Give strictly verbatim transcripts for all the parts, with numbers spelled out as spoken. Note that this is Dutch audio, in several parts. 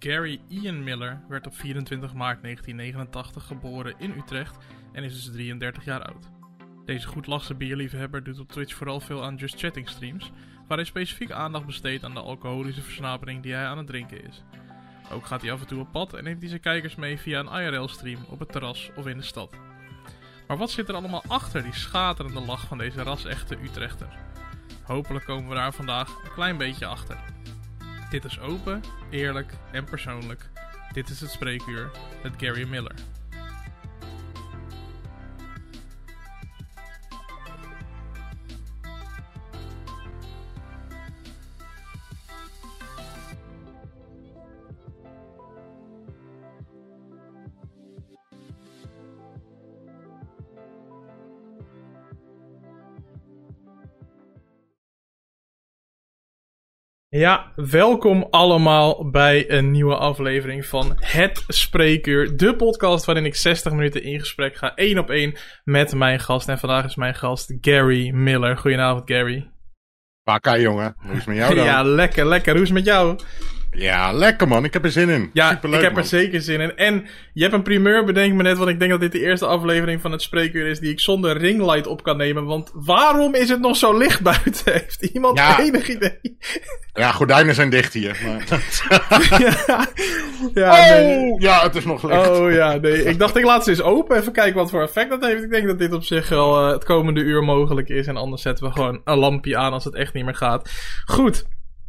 Gary Ian Miller werd op vierentwintig maart negentien negenentachtig geboren in Utrecht en is dus drieëndertig jaar oud. Deze goedlachse bierliefhebber doet op Twitch vooral veel aan Just Chatting streams, waar hij specifiek aandacht besteedt aan de alcoholische versnapering die hij aan het drinken is. Ook gaat hij af en toe op pad en neemt hij zijn kijkers mee via een I R L-stream op het terras of in de stad. Maar wat zit er allemaal achter die schaterende lach van deze ras-echte Utrechter? Hopelijk komen we daar vandaag een klein beetje achter. Dit is open, eerlijk en persoonlijk. Dit is het Spreekuur met Gary Miller. Ja, welkom allemaal bij een nieuwe aflevering van Het Spreekuur. De podcast waarin ik zestig minuten in gesprek ga, één op één met mijn gast. En vandaag is mijn gast Gary Miller. Goedenavond, Gary. Pakka, jongen. Hoe is het met jou dan? Ja, lekker, lekker. Hoe is het met jou? Ja, lekker man. Ik heb er zin in. Ja, Superleuk, ik heb man. er zeker zin in. En je hebt een primeur, bedenk me net, want ik denk dat dit de eerste aflevering van Het Spreekuur is die ik zonder ringlight op kan nemen. Want waarom is het nog zo licht buiten? Heeft iemand Ja. enig idee? Ja, gordijnen zijn dicht hier. Maar... ja, ja, oh, nee. ja, het is nog licht. Oh ja, nee. Ik dacht ik laat ze eens open. Even kijken wat voor effect dat heeft. Ik denk dat dit op zich wel uh, het komende uur mogelijk is. En anders zetten we gewoon een lampje aan als het echt niet meer gaat. Goed.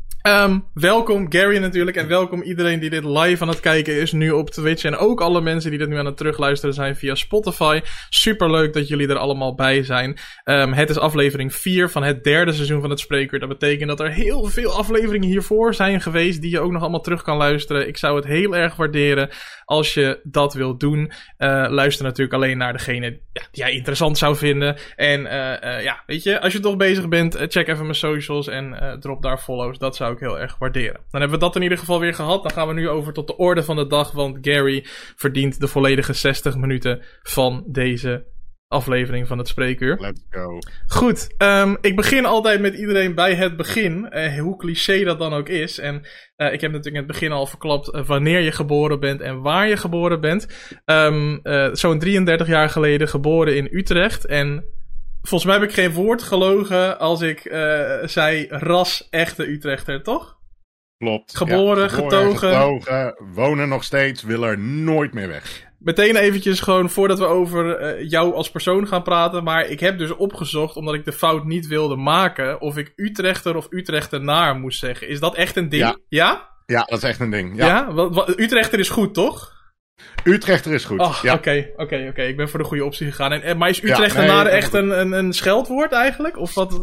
Um, welkom Gary natuurlijk en welkom iedereen die dit live aan het kijken is nu op Twitch en ook alle mensen die dit nu aan het terugluisteren zijn via Spotify. Superleuk dat jullie er allemaal bij zijn. Um, het is aflevering vier van het derde seizoen van het Spreekuur. Dat betekent dat er heel veel afleveringen hiervoor zijn geweest die je ook nog allemaal terug kan luisteren. Ik zou het heel erg waarderen als je dat wilt doen. Uh, luister natuurlijk alleen naar degene ja, die jij interessant zou vinden. En uh, uh, ja, weet je, als je toch bezig bent, uh, check even mijn socials en uh, drop daar follows. Dat zou ik heel erg waarderen. Dan hebben we dat in ieder geval weer gehad. Dan gaan we nu over tot de orde van de dag, want Gary verdient de volledige zestig minuten van deze aflevering van het Spreekuur. Let's go. Goed, um, ik begin altijd met iedereen bij het begin, uh, hoe cliché dat dan ook is. En uh, ik heb natuurlijk in het begin al verklapt uh, wanneer je geboren bent en waar je geboren bent. Um, uh, zo'n drieëndertig jaar geleden geboren in Utrecht en volgens mij heb ik geen woord gelogen als ik uh, zei ras echte Utrechter, toch? Klopt. Geboren, ja, getogen. getogen. Wonen nog steeds, wil er nooit meer weg. Meteen eventjes gewoon voordat we over uh, jou als persoon gaan praten. Maar ik heb dus opgezocht, omdat ik de fout niet wilde maken, of ik Utrechter of Utrechtenaar moest zeggen. Is dat echt een ding? Ja. Ja? Ja, dat is echt een ding. Ja. Ja? Wat, wat, Utrechter is goed, toch? Utrechter is goed. Oh, ja. oké, oké, oké. Ik ben voor de goede optie gegaan. En, en, maar is Utrechtenaar ja, nee, echt een, een, een scheldwoord eigenlijk? Of wat?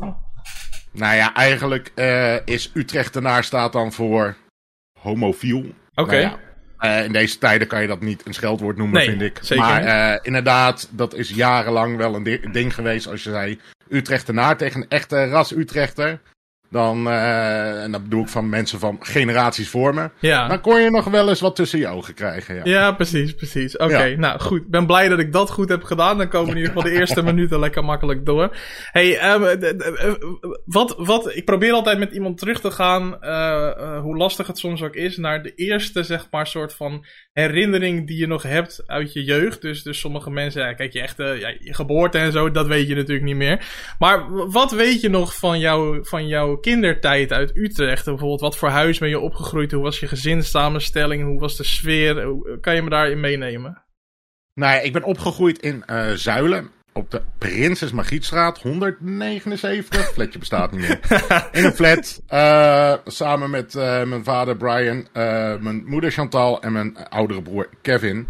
Nou ja, eigenlijk uh, is Utrechtenaar staat dan voor homofiel. Oké. Okay. Nou ja, uh, in deze tijden kan je dat niet een scheldwoord noemen, nee, vind ik. Zeker maar uh, inderdaad, dat is jarenlang wel een di- ding geweest. Als je zei Utrechtenaar tegen een echte ras Utrechter. Dan, uh, en dat bedoel ik van mensen van generaties voor me. Ja. Dan kon je nog wel eens wat tussen je ogen krijgen. Ja, ja precies, precies. Oké, okay, ja. Nou goed. Ik ben blij dat ik dat goed heb gedaan. Dan komen in ieder geval de eerste minuten lekker makkelijk door. Hey, um, d- d- wat, wat, ik probeer altijd met iemand terug te gaan, uh, uh, hoe lastig het soms ook is, naar de eerste, zeg maar, soort van herinnering die je nog hebt uit je jeugd. Dus, dus sommige mensen, ja, kijk, je echte, ja, je geboorte en zo, dat weet je natuurlijk niet meer. Maar wat weet je nog van jou, van jouw kindertijd uit Utrecht? Bijvoorbeeld, wat voor huis ben je opgegroeid? Hoe was je gezinssamenstelling? Hoe was de sfeer? Kan je me daarin meenemen? Nou ja, ik ben opgegroeid in uh, Zuilen. Op de Prinses Margrietstraat, honderdnegenenzeventig. Flatje bestaat niet meer. In een flat. Uh, samen met uh, mijn vader Brian, uh, mijn moeder Chantal en mijn oudere broer Kevin.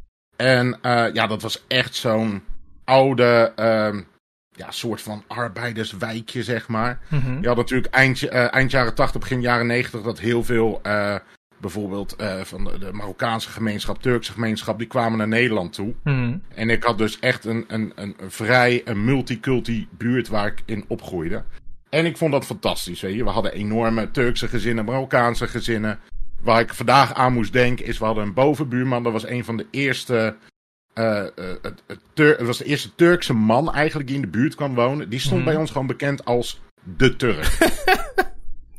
En uh, ja, dat was echt zo'n oude, uh, ja, soort van arbeiderswijkje, zeg maar. Mm-hmm. Je had natuurlijk eind, uh, eind jaren tachtig, begin jaren negentig, dat heel veel, uh, bijvoorbeeld uh, van de, de Marokkaanse gemeenschap, Turkse gemeenschap, die kwamen naar Nederland toe. Mm-hmm. En ik had dus echt een, een, een, een vrij een multiculti buurt waar ik in opgroeide. En ik vond dat fantastisch, weet je. We hadden enorme Turkse gezinnen, Marokkaanse gezinnen. Waar ik vandaag aan moest denken is, we hadden een bovenbuurman, dat was een van de eerste... Uh, uh, het, het, Tur- het was de eerste Turkse man eigenlijk die in de buurt kwam wonen. Die stond mm. bij ons gewoon bekend als de Turk.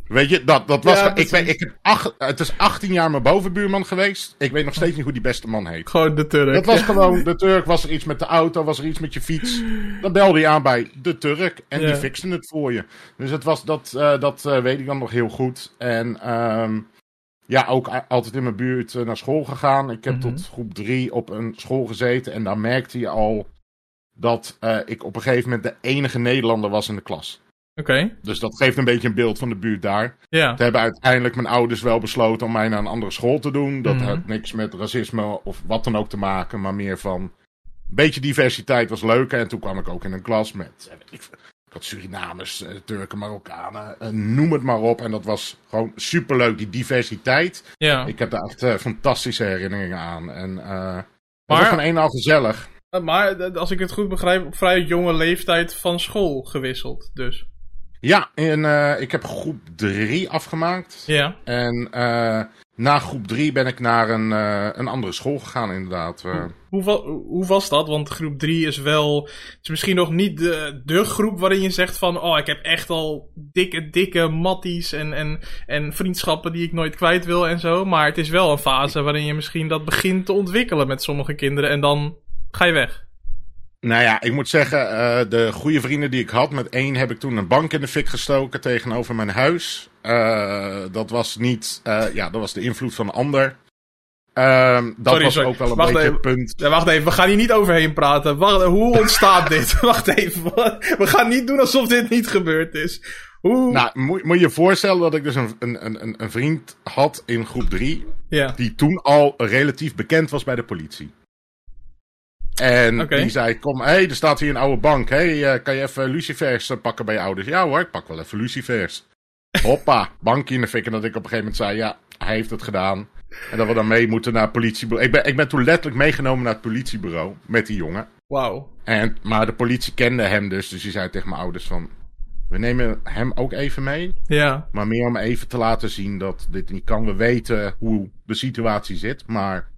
Weet je, dat, dat was... Ja, ik weet, ik heb acht, het is achttien jaar mijn bovenbuurman geweest. Ik weet nog steeds niet hoe die beste man heet. Gewoon de Turk. Dat was gewoon de Turk. Was er iets met de auto, was er iets met je fiets. Dan belde je aan bij de Turk. En Ja. die fixen het voor je. Dus het was, dat, uh, dat uh, weet ik dan nog heel goed. En um, ja, ook a- altijd in mijn buurt uh, naar school gegaan. Ik heb Mhm. tot groep drie op een school gezeten. En daar merkte je al dat uh, ik op een gegeven moment de enige Nederlander was in de klas. Oké, okay. Dus dat geeft een beetje een beeld van de buurt daar. Ja. Toen hebben uiteindelijk mijn ouders wel besloten om mij naar een andere school te doen. Dat Mhm. had niks met racisme of wat dan ook te maken, maar meer van... Een beetje diversiteit was leuk. En toen kwam ik ook in een klas met... eh, Ik, ik had Surinamers, eh, Turken, Marokkanen, eh, noem het maar op. En dat was gewoon superleuk, die diversiteit. Ja. Ik heb daar echt uh, fantastische herinneringen aan. En uh, het Maar- was van een en al gezellig. Maar eh, als ik het goed begrijp, op vrij jonge leeftijd van school gewisseld, dus. Ja, en, uh, ik heb groep drie afgemaakt. Ja. En uh, na groep drie ben ik naar een, uh, een andere school gegaan, inderdaad. Uh, Hoe, wa- hoe was dat? Want groep drie is wel... Het is misschien nog niet de, de groep waarin je zegt van... Oh, ik heb echt al dikke, dikke matties en, en, en vriendschappen die ik nooit kwijt wil en zo. Maar het is wel een fase waarin je misschien dat begint te ontwikkelen met sommige kinderen. En dan ga je weg. Nou ja, ik moet zeggen, uh, de goede vrienden die ik had, met één heb ik toen een bank in de fik gestoken tegenover mijn huis. Uh, dat was niet, uh, ja, dat was de invloed van een ander. Uh, dat Sorry, was sorry. ook wel een Wacht beetje even. het punt. Ja, wacht even, we gaan hier niet overheen praten. Wacht, hoe ontstaat dit? Wacht even. We gaan niet doen alsof dit niet gebeurd is. Hoe... Nou, moet, moet je je voorstellen dat ik dus een, een, een, een vriend had in groep drie, Ja. die toen al relatief bekend was bij de politie. En Okay. die zei, kom, hé, hey, er staat hier een oude bank. Hé, hey, uh, kan je even lucifers uh, pakken bij je ouders? Ja hoor, ik pak wel even lucifers. Hoppa, bankje in de fik. En dat ik op een gegeven moment zei, ja, hij heeft het gedaan. En dat we dan mee moeten naar het politiebureau. Ik ben, ik ben toen letterlijk meegenomen naar het politiebureau met die jongen. Wauw. En, maar de politie kende hem dus. Dus die zei tegen mijn ouders van, we nemen hem ook even mee. Ja. Maar meer om even te laten zien dat dit niet kan. We weten hoe de situatie zit, maar...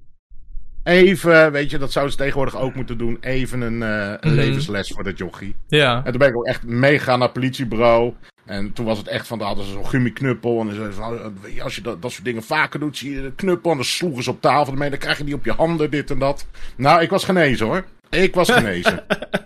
Even, weet je, dat zouden ze tegenwoordig ook moeten doen. Even een, uh, een Mm-hmm. levensles voor dat jochie. Ja. En toen ben ik ook echt meegegaan naar het politiebureau. En toen was het echt van, daar hadden ze zo'n gummiknuppel. En dan zeiden ze van, als je dat, dat soort dingen vaker doet, zie je de knuppel. En dan sloegen ze op tafel ermee. Dan krijg je die op je handen, dit en dat. Nou, ik was genezen hoor. Ik was genezen.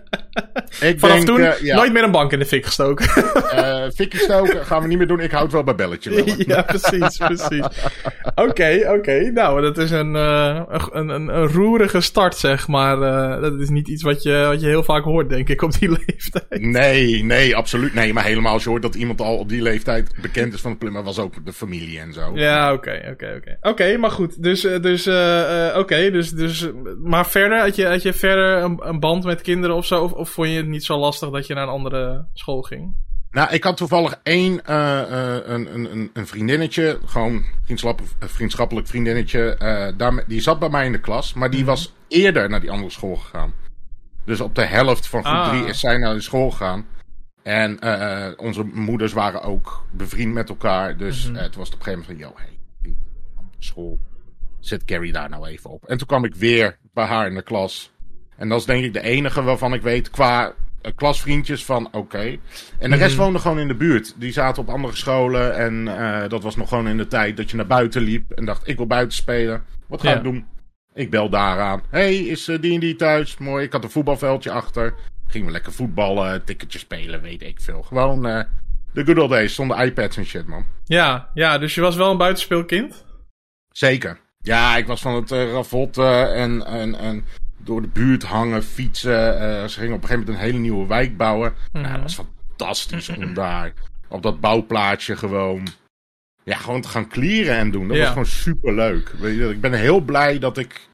Ik Vanaf denk, toen uh, ja, nooit meer een bank in de fik gestoken. uh, fikkie stoken gaan we niet meer doen. Ik houd wel bij belletje wel. Ja, precies, precies. Oké, okay, oké. Okay. Nou, dat is een, uh, een, een, een roerige start, zeg maar. Uh, dat is niet iets wat je, wat je heel vaak hoort, denk ik, op die leeftijd. Nee, nee, absoluut. Nee, maar helemaal als je hoort dat iemand al op die leeftijd bekend is van het plummen, was ook de familie en zo. Ja, oké, okay, oké, okay, oké. Okay. Oké, okay, maar goed. Dus, dus, uh, uh, oké, okay, dus, dus, maar verder, had je, had je verder een, een band met kinderen of zo? Of, of vond je het niet zo lastig dat je naar een andere school ging? Nou, ik had toevallig één, uh, uh, een, een, een vriendinnetje, gewoon vriendschappelijk, vriendschappelijk vriendinnetje, uh, daar, die zat bij mij in de klas, maar die mm-hmm. was eerder naar die andere school gegaan. Dus op de helft van groep drie ah. is zij naar de school gegaan. En uh, onze moeders waren ook bevriend met elkaar, dus mm-hmm. uh, het was op een gegeven moment van, yo, hey, die school, zet Carrie daar nou even op. En toen kwam ik weer bij haar in de klas. En dat is denk ik de enige waarvan ik weet qua uh, klasvriendjes van oké. Okay. En de rest mm-hmm. woonde gewoon in de buurt. Die zaten op andere scholen. En uh, dat was nog gewoon in de tijd dat je naar buiten liep. En dacht, ik wil buiten spelen. Wat ga ja. ik doen? Ik bel daaraan. Hey, is uh, die en die thuis? Mooi, ik had een voetbalveldje achter. Gingen we lekker voetballen, ticketje spelen, weet ik veel. Gewoon uh, de good old days, zonder iPads en shit, man. Ja, ja, dus je was wel een buitenspeelkind? Zeker. Ja, ik was van het uh, ravotten en... en, en door de buurt hangen, fietsen. Uh, ze gingen op een gegeven moment een hele nieuwe wijk bouwen. Mm-hmm. Nou, dat was fantastisch om daar op dat bouwplaatsje gewoon... Ja, gewoon te gaan clearen en doen. Dat ja. was gewoon superleuk. Weet je, ik ben heel blij dat ik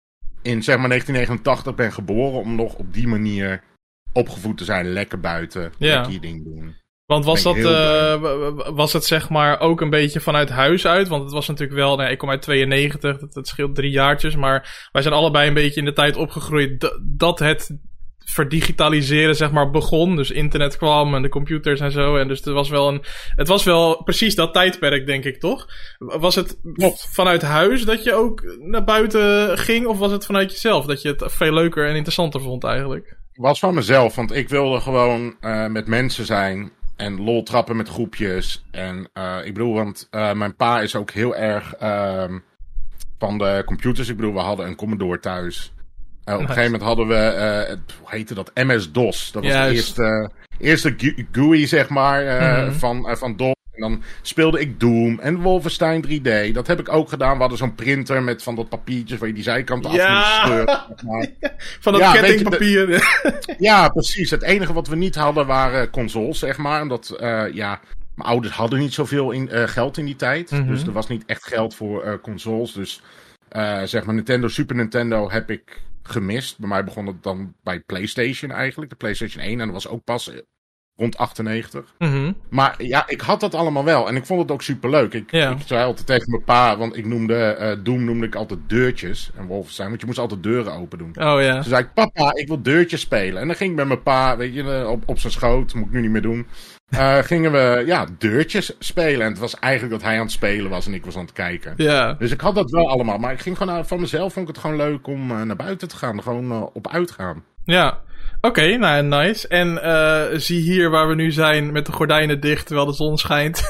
in zeg maar negentien negenentachtig ben geboren om nog op die manier opgevoed te zijn. Lekker buiten, ja. lekker je ding doen. Want was dat, uh, was het zeg maar ook een beetje vanuit huis uit? Want het was natuurlijk wel, nou, ik kom uit tweeënnegentig, dat, dat scheelt drie jaartjes. Maar wij zijn allebei een beetje in de tijd opgegroeid d- dat het verdigitaliseren zeg maar begon. Dus internet kwam en de computers en zo. En dus het was wel een, het was wel precies dat tijdperk, denk ik, toch? Was het Klopt. Vanuit huis dat je ook naar buiten ging? Of was het vanuit jezelf dat je het veel leuker en interessanter vond eigenlijk? Het was van mezelf, want ik wilde gewoon uh, met mensen zijn... en lol trappen met groepjes. En uh, ik bedoel, want uh, mijn pa is ook heel erg uh, van de computers. Ik bedoel, we hadden een Commodore thuis. Uh, op een gegeven moment hadden we, uh, het, hoe heette dat, M S-DOS. Dat was Juist. de eerste, eerste G U I, zeg maar, uh, mm-hmm. van, uh, van DOS. En dan speelde ik Doom en Wolfenstein drie D. Dat heb ik ook gedaan. We hadden zo'n printer met van dat papiertjes waar je die zijkanten ja. af moest scheuren. Maar... van dat ja, kettingpapier. De... ja, precies. Het enige wat we niet hadden waren consoles, zeg maar. Omdat, uh, ja, mijn ouders hadden niet zoveel in, uh, geld in die tijd. Mm-hmm. Dus er was niet echt geld voor uh, consoles. Dus, uh, zeg maar, Nintendo, Super Nintendo heb ik gemist. Bij mij begon het dan bij PlayStation eigenlijk. De PlayStation één. En dat was ook pas rond achtennegentig. Mm-hmm. Maar ja, ik had dat allemaal wel. En ik vond het ook superleuk. Ik, ja. ik zei altijd tegen mijn pa, want ik noemde uh, Doom noemde ik altijd deurtjes. En Wolfenstein, want je moest altijd deuren open doen. Oh ja. Toen zei ik, papa, ik wil deurtjes spelen. En dan ging ik met mijn pa, weet je, op, op zijn schoot. Moet ik nu niet meer doen. Uh, gingen we, ja, deurtjes spelen. En het was eigenlijk dat hij aan het spelen was en ik was aan het kijken. Ja. Dus ik had dat wel allemaal. Maar ik ging gewoon, uh, van mezelf vond ik het gewoon leuk om uh, naar buiten te gaan. Gewoon uh, op uitgaan. Ja. Oké, okay, nou nice. En uh, zie hier waar we nu zijn met de gordijnen dicht terwijl de zon schijnt.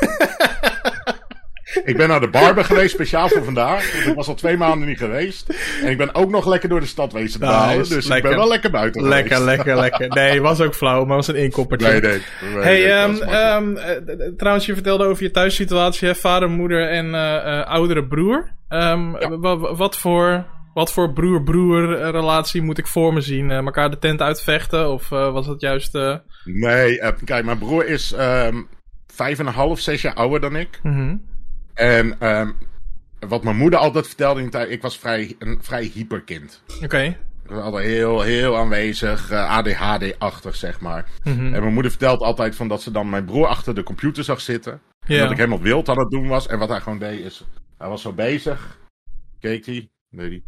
Ik ben naar de barber geweest, speciaal voor vandaag. Want ik was al twee maanden niet geweest. En ik ben ook nog lekker door de stad wezen te dwalen. Nice, dus lekker. Ik ben wel lekker buiten lekker, geweest. Lekker, lekker, lekker. Nee, was ook flauw, maar was een inkoppertje. Nee, nee. nee hey, um, um, uh, trouwens, je vertelde over je thuissituatie. Hè? Vader, moeder en uh, uh, oudere broer. Um, ja. w- w- wat voor... Wat voor broer-broer relatie moet ik voor me zien? Uh, elkaar de tent uitvechten? Of uh, was het juist... Uh... Nee, uh, kijk, mijn broer is um, vijf en een half, zes jaar ouder dan ik. Mm-hmm. En um, wat mijn moeder altijd vertelde in de tijd... Ik was vrij, een vrij hyperkind. Oké. Okay. Ik was altijd heel, heel aanwezig. Uh, A D H D-achtig, zeg maar. Mm-hmm. En mijn moeder vertelt altijd van dat ze dan mijn broer achter de computer zag zitten. Yeah. En dat ik helemaal wild aan het doen was. En wat hij gewoon deed is... Hij was zo bezig. Keek hij. Nee, die...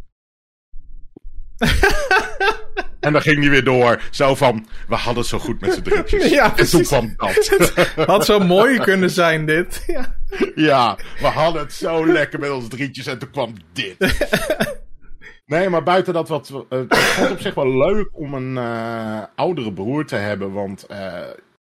En dan ging hij weer door. Zo van, we hadden het zo goed met z'n drietjes. Ja, en toen kwam dat. Had zo mooi kunnen zijn, dit. Ja. Ja, we hadden het zo lekker met ons drietjes en toen kwam dit. Nee, maar buiten dat wat... Uh, ik vond het op zich wel leuk om een uh, oudere broer te hebben. Want uh,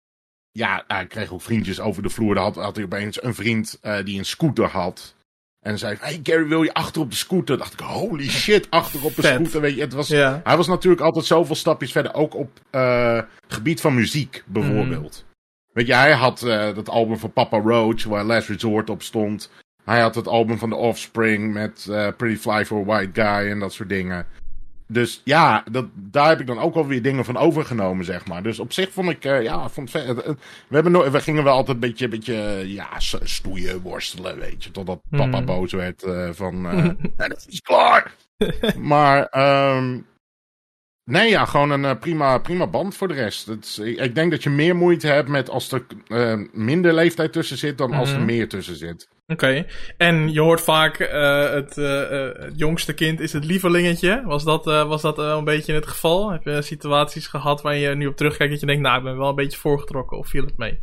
ja, hij kreeg ook vriendjes over de vloer. Dan had, had hij opeens een vriend uh, die een scooter had. En zei, hey Gary, wil je achter op de scooter? Dacht ik, holy shit, achter op de Vet. scooter. Weet je, het was, ja. Hij was natuurlijk altijd zoveel stapjes verder. Ook op uh, gebied van muziek, bijvoorbeeld. Mm. Weet je, hij had uh, dat album van Papa Roach, waar Last Resort op stond. Hij had het album van The Offspring met uh, Pretty Fly for a White Guy en dat soort dingen. Dus ja, dat, daar heb ik dan ook wel weer dingen van overgenomen, zeg maar. Dus op zich vond ik, uh, ja, vond het vet. We, hebben no- we gingen wel altijd een beetje, beetje ja, stoeien, worstelen, weet je. Totdat mm. papa boos werd uh, van, uh, het is klaar. Maar, um, nee, ja, gewoon een uh, prima, prima band voor de rest. Het, ik, ik denk dat je meer moeite hebt met als er uh, minder leeftijd tussen zit dan mm. als er meer tussen zit. Oké, okay. En je hoort vaak uh, het, uh, uh, het jongste kind is het lievelingetje. Was dat, uh, was dat uh, een beetje het geval? Heb je situaties gehad waar je nu op terugkijkt dat je denkt, nou, ik ben wel een beetje voorgetrokken, of viel het mee?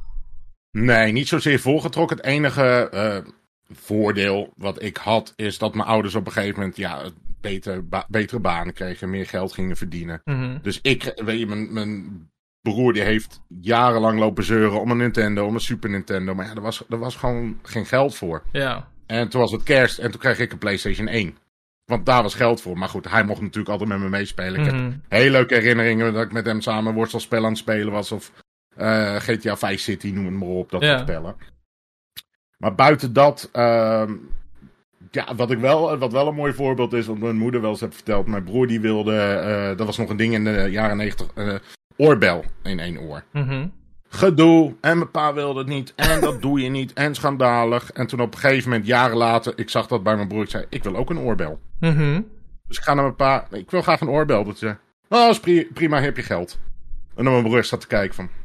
Nee, niet zozeer voorgetrokken. Het enige uh, voordeel wat ik had is dat mijn ouders op een gegeven moment ja, beter, ba- betere banen kregen, meer geld gingen verdienen. Mm-hmm. Dus ik, weet je, mijn, mijn broer die heeft jarenlang lopen zeuren om een Nintendo, om een Super Nintendo. Maar ja, er was, er was gewoon geen geld voor. Ja. En toen was het kerst en toen kreeg ik een PlayStation één. Want daar was geld voor. Maar goed, hij mocht natuurlijk altijd met me meespelen. Ik Mm-hmm. heb hele leuke herinneringen dat ik met hem samen worstelspel aan het spelen was. Of uh, G T A Vice City, noem het maar op, dat ja. soort spellen. Maar buiten dat, uh, ja, wat, ik wel, wat wel een mooi voorbeeld is, wat mijn moeder wel eens heeft verteld. Mijn broer die wilde, uh, dat was nog een ding in de jaren negentig, uh, oorbel in één oor. Mm-hmm. Gedoe, en mijn pa wilde het niet, en dat doe je niet, en schandalig. En toen op een gegeven moment, jaren later, ik zag dat bij mijn broer, ik zei, ik wil ook een oorbel. Mm-hmm. Dus ik ga naar mijn pa, ik wil graag een oorbel. Dat zei, oh, is pri- prima, heb je geld. En dan mijn broer staat te kijken van,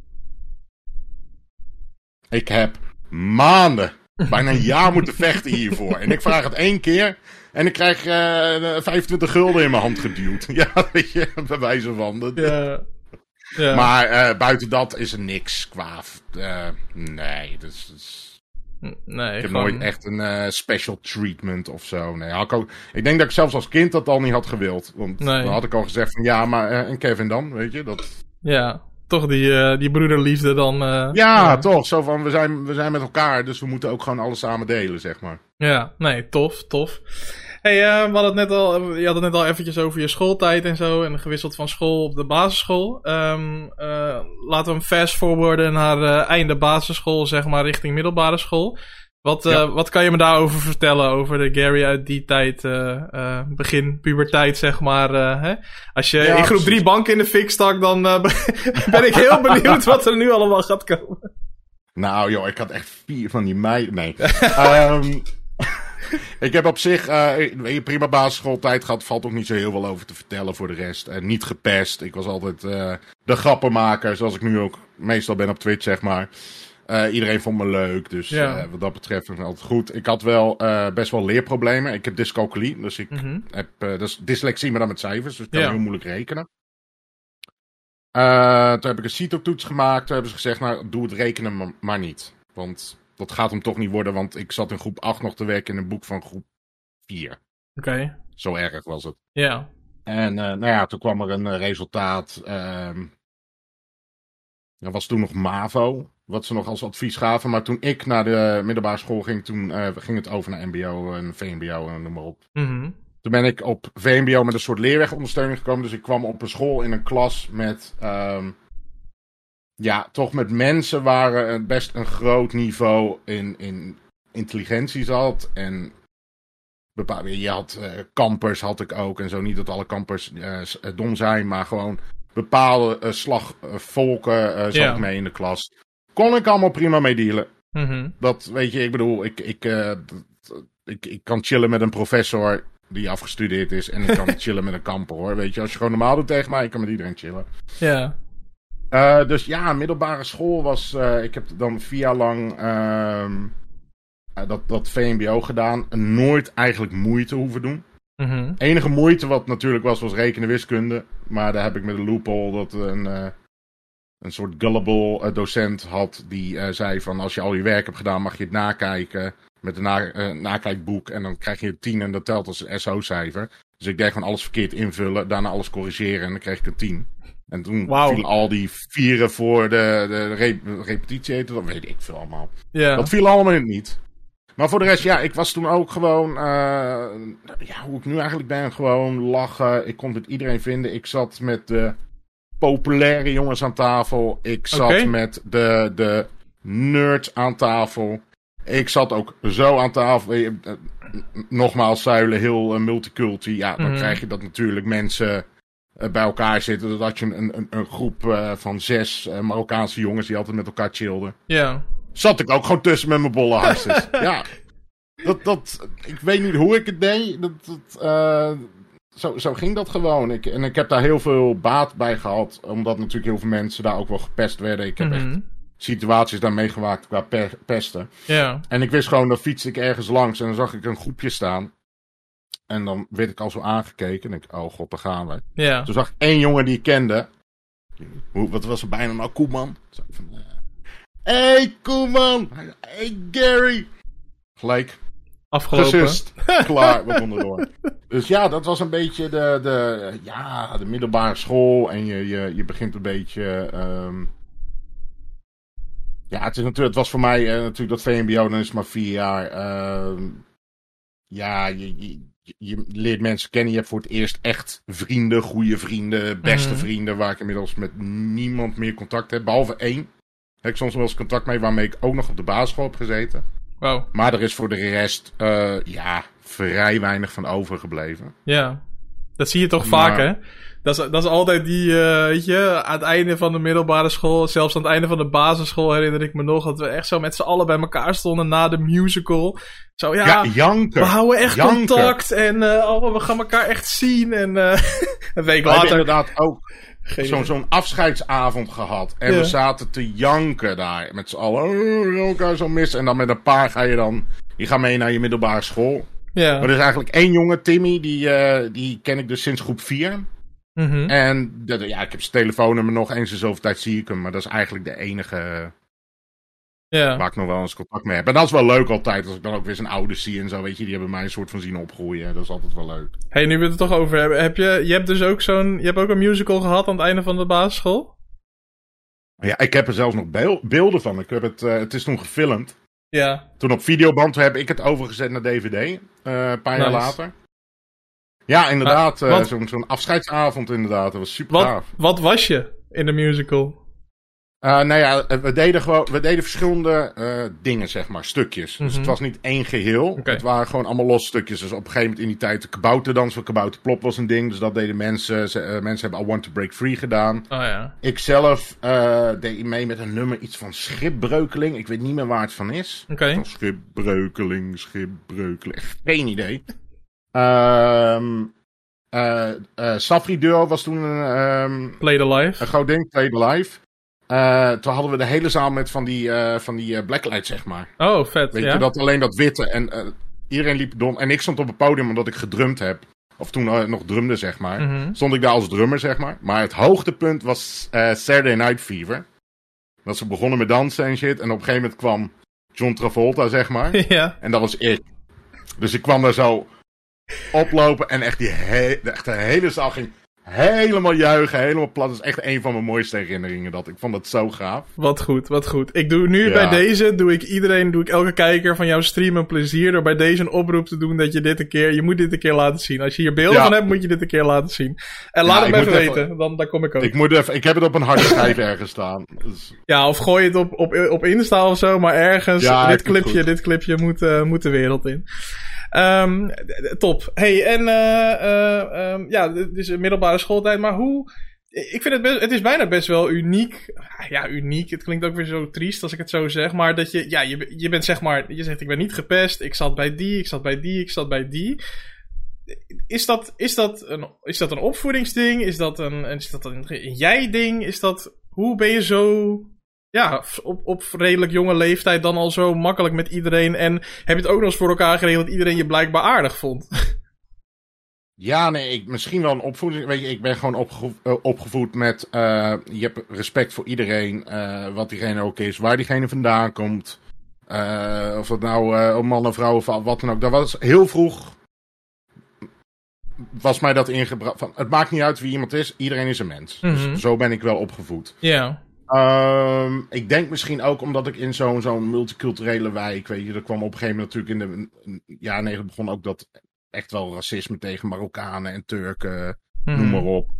ik heb maanden, bijna een jaar moeten vechten hiervoor. En ik vraag het één keer en ik krijg uh, vijfentwintig gulden in mijn hand geduwd. Ja, weet je, bij wijze van. Dat, ja. Ja. Maar uh, buiten dat is er niks qua... Uh, nee, dus... dus nee, ik heb gewoon... nooit echt een uh, special treatment of zo. Nee, had ik, ook, ik denk dat ik zelfs als kind dat al niet had gewild. Want nee. dan had ik al gezegd van... Ja, maar uh, en Kevin dan, weet je? Dat... Ja. toch die, uh, die broederliefde dan... Uh, ja, uh, toch. Zo van, we zijn, we zijn met elkaar, dus we moeten ook gewoon alles samen delen, zeg maar. Ja, nee, tof, tof. Hey, uh, we hadden het net al, je had het net al eventjes over je schooltijd en zo. En gewisseld van school op de basisschool. Um, uh, laten we hem fast forwarden naar uh, einde basisschool, zeg maar, richting middelbare school. Wat, uh, ja. wat kan je me daarover vertellen, over de Gary uit die tijd, uh, uh, begin puberteit, zeg maar. Uh, hè? Als je ja, in groep drie banken in de fik stak, dan uh, ben ik heel benieuwd wat er nu allemaal gaat komen. Nou joh, ik had echt vier van die meiden. Nee. um, ik heb op zich uh, prima basisschooltijd gehad. Valt ook niet zo heel veel over te vertellen voor de rest. Uh, niet gepest. Ik was altijd uh, de grappenmaker, zoals ik nu ook meestal ben op Twitch, zeg maar. Uh, iedereen vond me leuk, dus ja. uh, wat dat betreft was het altijd goed. Ik had wel uh, best wel leerproblemen. Ik heb dyscalculie, dus ik mm-hmm. heb uh, dus dyslexie, maar dan met cijfers. Dus ik kan ja. heel moeilijk rekenen. Uh, toen heb ik een CITO-toets gemaakt. Toen hebben ze gezegd, nou, doe het rekenen maar, maar niet. Want dat gaat hem toch niet worden, want ik zat in groep acht nog te werken in een boek van groep vier. Oké. Okay. Zo erg was het. Ja. En uh, nou ja, toen kwam er een uh, resultaat. Uh, dat was toen nog MAVO. Wat ze nog als advies gaven. Maar toen ik naar de middelbare school ging, toen uh, ging het over naar M B O en V M B O en noem maar op. Mm-hmm. Toen ben ik op V M B O met een soort leerwegondersteuning gekomen. Dus ik kwam op een school in een klas met... Um, ja, toch met mensen waar uh, best een groot niveau in, in intelligentie zat. En bepaalde, je had uh, kampers, had ik ook. En zo niet dat alle kampers uh, dom zijn, maar gewoon bepaalde uh, slagvolken uh, zat yeah. ik mee in de klas. Kon ik allemaal prima mee dealen. Mm-hmm. Dat, weet je, ik bedoel, ik, ik, uh, ik, ik kan chillen met een professor die afgestudeerd is. En ik kan chillen met een kamper, hoor. Weet je, als je gewoon normaal doet tegen mij, ik kan met iedereen chillen. Ja. Yeah. Uh, dus ja, middelbare school was... Uh, ik heb dan vier jaar lang uh, uh, dat, dat V M B O gedaan. Nooit eigenlijk moeite hoeven doen. Mm-hmm. Enige moeite wat natuurlijk was, was rekenen wiskunde. Maar daar heb ik met een loophole dat een... Uh, Een soort gullible uh, docent had die uh, zei van als je al je werk hebt gedaan mag je het nakijken met een na- uh, nakijkboek en dan krijg je een tien en dat telt als een S O-cijfer. Dus ik deed gewoon alles verkeerd invullen, daarna alles corrigeren en dan kreeg ik een tien. En toen wow. vielen al die vieren voor de, de re- repetitie, dat weet ik veel allemaal. Yeah. Dat viel allemaal in het niet. Maar voor de rest, ja, ik was toen ook gewoon, uh, ja, hoe ik nu eigenlijk ben, gewoon lachen. Ik kon het iedereen vinden. Ik zat met de populaire jongens aan tafel. Ik zat okay. met de, de nerds aan tafel. Ik zat ook zo aan tafel. Uh, nogmaals, Zuilen, heel uh, multiculti. Ja, dan mm-hmm. krijg je dat natuurlijk mensen uh, bij elkaar zitten. Dat je een, een, een groep uh, van zes uh, Marokkaanse jongens die altijd met elkaar chillden. Ja. Yeah. Zat ik ook gewoon tussen met mijn bolle hartjes. Ja. Dat, dat, ik weet niet hoe ik het deed. Dat, dat, uh, zo, zo ging dat gewoon. Ik, en ik heb daar heel veel baat bij gehad. Omdat natuurlijk heel veel mensen daar ook wel gepest werden. Ik heb mm-hmm. echt situaties daar meegemaakt qua pe- pesten. Ja. En ik wist gewoon, dan fietste ik ergens langs. En dan zag ik een groepje staan. En dan werd ik al zo aangekeken. En ik, oh god, daar gaan we. Ja. Toen zag ik één jongen die ik kende. Hoe, wat was er bijna nou? Koeman. Toen zei ik van... Uh, Hey Koeman! Hey Gary! Gelijk. Afgelopen. Gesust. Klaar, we konden door. Dus ja, dat was een beetje de, de, ja, de middelbare school. En je, je, je begint een beetje... Um... Ja, het, is natuurlijk, het was voor mij uh, natuurlijk dat V M B O, dan is het maar vier jaar. Uh... Ja, je, je, je leert mensen kennen. Je hebt voor het eerst echt vrienden, goede vrienden, beste mm-hmm. vrienden. Waar ik inmiddels met niemand meer contact heb, behalve één. Heb ik soms wel eens contact mee waarmee ik ook nog op de basisschool heb gezeten. Wow. Maar er is voor de rest, uh, ja, vrij weinig van overgebleven. Ja, dat zie je toch maar... vaak, hè? Dat is, dat is altijd die, uh, weet je, aan het einde van de middelbare school, zelfs aan het einde van de basisschool herinner ik me nog, dat we echt zo met z'n allen bij elkaar stonden na de musical. Zo, ja, ja janken. We houden echt janken. contact en uh, oh, we gaan elkaar echt zien. En uh, een week later... We hebben inderdaad ook... Zo'n, zo'n afscheidsavond gehad. En ja. we zaten te janken daar. Met z'n allen. Oh, elkaar zo mis. En dan met een paar ga je dan... Je gaat mee naar je middelbare school. Ja. Maar er is eigenlijk één jongen, Timmy. Die, uh, die ken ik dus sinds groep vier. Mm-hmm. En de, ja, ik heb zijn telefoonnummer nog. Eens in zoveel tijd zie ik hem. Maar dat is eigenlijk de enige... Ja. Waar ik nog wel eens contact mee heb. En dat is wel leuk altijd. Als ik dan ook weer zijn ouders zie en zo. Weet je, die hebben mij een soort van zien opgroeien. Dat is altijd wel leuk. Hey, nu we het er toch over hebben. Heb je, je hebt dus ook zo'n... Je hebt ook een musical gehad aan het einde van de basisschool? Ja, ik heb er zelfs nog beel- beelden van. Ik heb het, uh, het is toen gefilmd. Ja. Toen op videoband heb ik het overgezet naar D V D. Uh, een paar jaar nice. later. Ja, inderdaad. Uh, zo'n, zo'n afscheidsavond inderdaad. Dat was super wat, gaaf. Wat was je in de musical? Uh, nou ja, we deden gewoon, we deden verschillende uh, dingen, zeg maar, stukjes. Mm-hmm. Dus het was niet één geheel. Okay. Het waren gewoon allemaal losse stukjes. Dus op een gegeven moment in die tijd de kabouterdans van Kabouterplop was een ding. Dus dat deden mensen. Ze, uh, mensen hebben I Want to Break Free gedaan. Oh ja. Ik zelf uh, deed mee met een nummer, iets van Schipbreukeling. Ik weet niet meer waar het van is. Okay. Van Schipbreukeling, Schipbreukeling. Geen idee. Ehm... Uh, uh, Safri Duo was toen een... Um, Play the Live. Een groot ding, Play the Live. Uh, toen hadden we de hele zaal met van die, uh, van die uh, blacklight, zeg maar. Oh, vet, Weet ja. je, dat alleen dat witte. En uh, iedereen liep dom. En ik stond op het podium omdat ik gedrumd heb. Of toen uh, nog drumde, zeg maar. Mm-hmm. Stond ik daar als drummer, zeg maar. Maar het hoogtepunt was uh, Saturday Night Fever. Dat ze begonnen met dansen en shit. En op een gegeven moment kwam John Travolta, zeg maar. Ja. En dat was ik. Dus ik kwam daar zo oplopen. En echt, die he- echt de hele zaal ging helemaal juichen, helemaal plat. Dat is echt een van mijn mooiste herinneringen. Dat. Ik vond dat zo gaaf. Wat goed, wat goed. Ik doe nu ja. bij deze, doe ik iedereen, doe ik elke kijker van jouw stream een plezier door bij deze een oproep te doen dat je dit een keer, je moet dit een keer laten zien. Als je hier beelden ja. van hebt, moet je dit een keer laten zien. En ja, laat het me even weten, even, dan, dan kom ik ook. Ik, moet even, ik heb het op een harde schijf ergens staan. Dus... Ja, of gooi het op, op, op Insta of zo, maar ergens, ja, dit clipje, dit clipje moet, uh, moet de wereld in. Um, top. Hey, en uh, uh, um, ja, het is een middelbare schooltijd, maar hoe... Ik vind het best, het is bijna best wel uniek. Ja, uniek. Het klinkt ook weer zo triest als ik het zo zeg, maar dat je, ja, je, je bent zeg maar, je zegt ik ben niet gepest, ik zat bij die, ik zat bij die, ik zat bij die. Is dat, is dat een, is dat een opvoedingsding? Is dat een, is dat een, een jij-ding? Is dat, hoe ben je zo... Ja, op, op redelijk jonge leeftijd dan al zo makkelijk met iedereen. En heb je het ook nog eens voor elkaar geregeld dat iedereen je blijkbaar aardig vond? Ja, nee, ik, misschien wel een opvoeding. Weet je, ik ben gewoon opgevo- uh, opgevoed met... Uh, je hebt respect voor iedereen, uh, wat diegene ook is, waar diegene vandaan komt. Uh, of het nou uh, man of vrouw of wat dan ook. Dat was heel vroeg... Was mij dat ingebracht. Van, het maakt niet uit wie iemand is, iedereen is een mens. Mm-hmm. Dus zo ben ik wel opgevoed. Ja. Yeah. Um, ik denk misschien ook omdat ik in zo'n, zo'n multiculturele wijk, weet je, er kwam op een gegeven moment natuurlijk in de jaren negentig begon ook dat echt wel racisme tegen Marokkanen en Turken, hmm. noem maar op.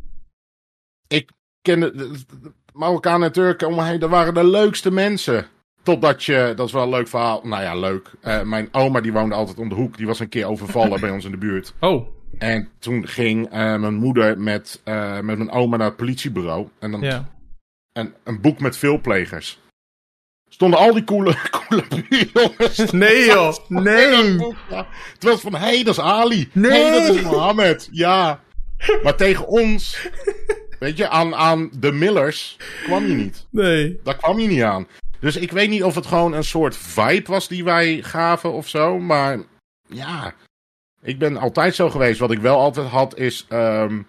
Ik kende de, de Marokkanen en Turken om me heen, dat waren de leukste mensen. Totdat je, dat is wel een leuk verhaal, nou ja, leuk. Uh, mijn oma die woonde altijd om de hoek, die was een keer overvallen bij ons in de buurt. Oh. En toen ging uh, mijn moeder met, uh, met mijn oma naar het politiebureau. En dan... Yeah. Een, een boek met veelplegers. Stonden al die coole, coole jongens. Nee joh, nee. Het was van, hé, hey, dat is Ali. Nee. Hé, hey, dat is Mohammed. Ja. Maar tegen ons, weet je, aan, aan de Millers kwam je niet. Nee. Daar kwam je niet aan. Dus ik weet niet of het gewoon een soort vibe was die wij gaven of zo. Maar ja, ik ben altijd zo geweest. Wat ik wel altijd had is... Um,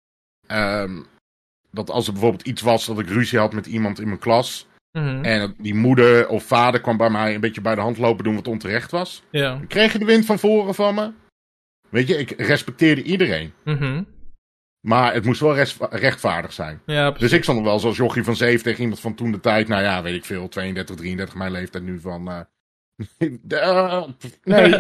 um, dat als er bijvoorbeeld iets was dat ik ruzie had met iemand in mijn klas. Mm-hmm. En die moeder of vader kwam bij mij een beetje bij de hand lopen doen wat onterecht was. Ja. Dan kreeg je de wind van voren van me. Weet je, ik respecteerde iedereen. Mm-hmm. Maar het moest wel res- rechtvaardig zijn. Ja, dus ik stond nog wel zoals jochie van zeven tegen iemand van toen de tijd. Nou ja, weet ik veel, tweeëndertig, drieëndertig, mijn leeftijd nu van... Uh, uh, nee,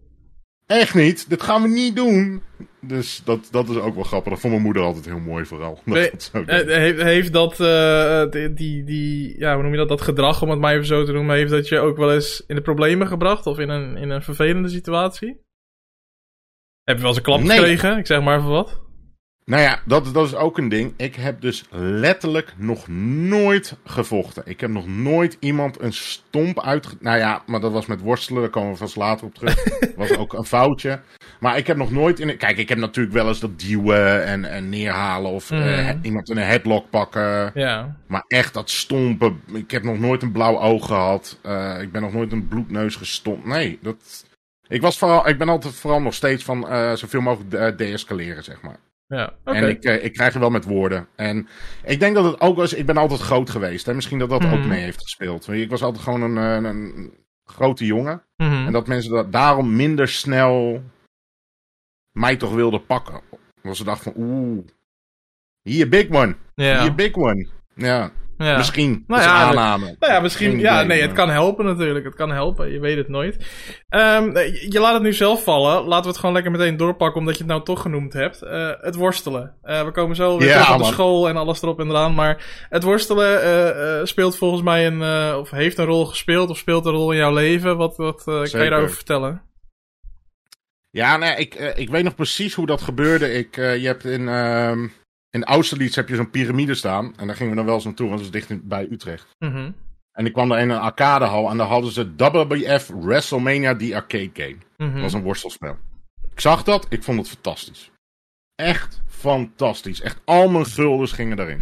echt niet. Dit gaan we niet doen. Dus dat, dat is ook wel grappig. Dat vond mijn moeder altijd heel mooi vooral. Nee, dat zo heeft, heeft dat, uh, die, die, die, ja, hoe noem je dat, dat gedrag, om het maar even zo te noemen, heeft dat je ook wel eens in de problemen gebracht? Of in een, in een vervelende situatie? Heb je wel eens een klap nee. gekregen? Ik zeg maar even wat. Nou ja, dat, dat is ook een ding. Ik heb dus letterlijk nog nooit gevochten. Ik heb nog nooit iemand een stomp uitge... Nou ja, maar dat was met worstelen. Daar komen we vast later op terug. Dat was ook een foutje. Maar ik heb nog nooit... in. Kijk, ik heb natuurlijk wel eens dat duwen en, en neerhalen. Of mm. uh, iemand in een headlock pakken. Ja. Maar echt dat stompen. Ik heb nog nooit een blauw oog gehad. Uh, ik ben nog nooit een bloedneus gestompt. Nee, dat... Ik, was vooral, ik ben altijd vooral nog steeds van uh, zoveel mogelijk uh, de-escaleren, zeg maar. Ja, okay. En ik, uh, ik krijg er wel met woorden. En ik denk dat het ook was... Ik ben altijd groot geweest. Hè? Misschien dat dat mm-hmm. ook mee heeft gespeeld. Ik was altijd gewoon een, een, een grote jongen. Mm-hmm. En dat mensen dat daarom minder snel mij toch wilden pakken. Want ze dachten van... Oeh, hier big one. Ja. Hier big one. Ja. Ja. Misschien. Nou dat is ja, een aanname. Nou ja, misschien. Geen Ja, idee, nee, maar... het kan helpen natuurlijk. Het kan helpen. Je weet het nooit. Um, je laat het nu zelf vallen. Laten we het gewoon lekker meteen doorpakken, omdat je het nou toch genoemd hebt. Uh, het worstelen. Uh, we komen zo weer ja, terug op de man. school en alles erop en eraan. Maar het worstelen uh, uh, speelt volgens mij een... Uh, of heeft een rol gespeeld of speelt een rol in jouw leven. Wat, wat uh, kan je daarover vertellen? Ja, nee, ik, uh, ik weet nog precies hoe dat gebeurde. Ik, uh, je hebt in... Uh... In Austerlitz heb je zo'n piramide staan. En daar gingen we dan wel eens naartoe, want dat is dicht in, bij Utrecht. Mm-hmm. En ik kwam daar in een arcadehal en daar hadden ze W W F WrestleMania, die arcade game. Mm-hmm. Dat was een worstelspel. Ik zag dat, ik vond het fantastisch. Echt fantastisch. Echt al mijn guldens gingen daarin.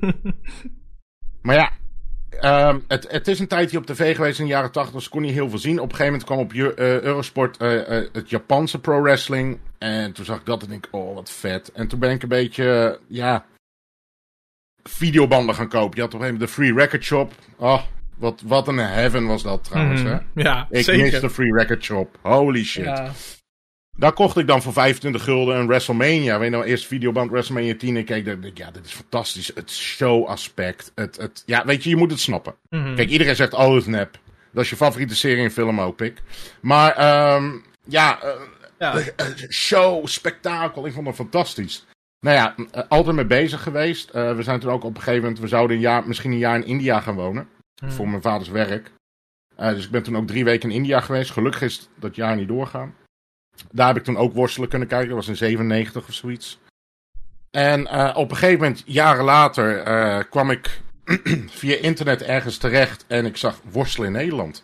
Maar ja, um, het, het is een tijdje op tv geweest in de jaren tachtig, dus ik kon niet heel veel zien. Op een gegeven moment kwam op uh, Eurosport uh, uh, het Japanse pro-wrestling. En toen zag ik dat en denk ik, oh wat vet. En toen ben ik een beetje, uh, ja, videobanden gaan kopen. Je had op een gegeven moment de Free Record Shop. Oh, wat, wat een heaven was dat trouwens, mm, hè. Ja, ik zeker. mis de Free Record Shop. Holy shit. Ja. Daar kocht ik dan voor vijfentwintig gulden een WrestleMania. Weet je nou, eerst videoband WrestleMania tien. En kijk, dacht ik, ja, dit is fantastisch. Het show-aspect. Het, het, ja, weet je, je moet het snappen. Mm-hmm. Kijk, iedereen zegt, oh, het is nep. Dat is je favoriete serie en film, hoop ik. Maar, um, ja, uh, ja. Uh, show, spektakel. Ik vond het fantastisch. Nou ja, uh, altijd mee bezig geweest. Uh, we zijn toen ook op een gegeven moment, we zouden een jaar, misschien een jaar in India gaan wonen. Mm. Voor mijn vaders werk. Uh, dus ik ben toen ook drie weken in India geweest. Gelukkig is dat jaar niet doorgaan. Daar heb ik toen ook worstelen kunnen kijken. Dat was in zevenennegentig of zoiets. En uh, op een gegeven moment, jaren later, uh, kwam ik via internet ergens terecht. En ik zag worstelen in Nederland.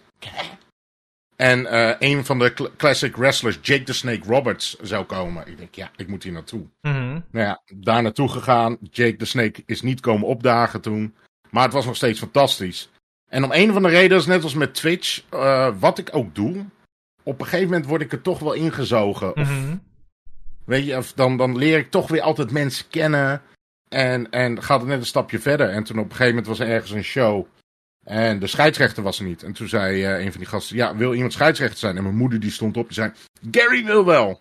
En uh, een van de cl- classic wrestlers, Jake the Snake Roberts, zou komen. Ik denk, ja, ik moet hier naartoe. Mm-hmm. Nou ja, daar naartoe gegaan. Jake the Snake is niet komen opdagen toen. Maar het was nog steeds fantastisch. En om een van de redenen, net als met Twitch, uh, wat ik ook doe... Op een gegeven moment word ik er toch wel ingezogen. Of, mm-hmm. weet je, of dan, dan leer ik toch weer altijd mensen kennen. En, en gaat het net een stapje verder. En toen op een gegeven moment was er ergens een show. En de scheidsrechter was er niet. En toen zei uh, een van die gasten, ja, wil iemand scheidsrechter zijn? En mijn moeder die stond op en zei, Gary wil wel.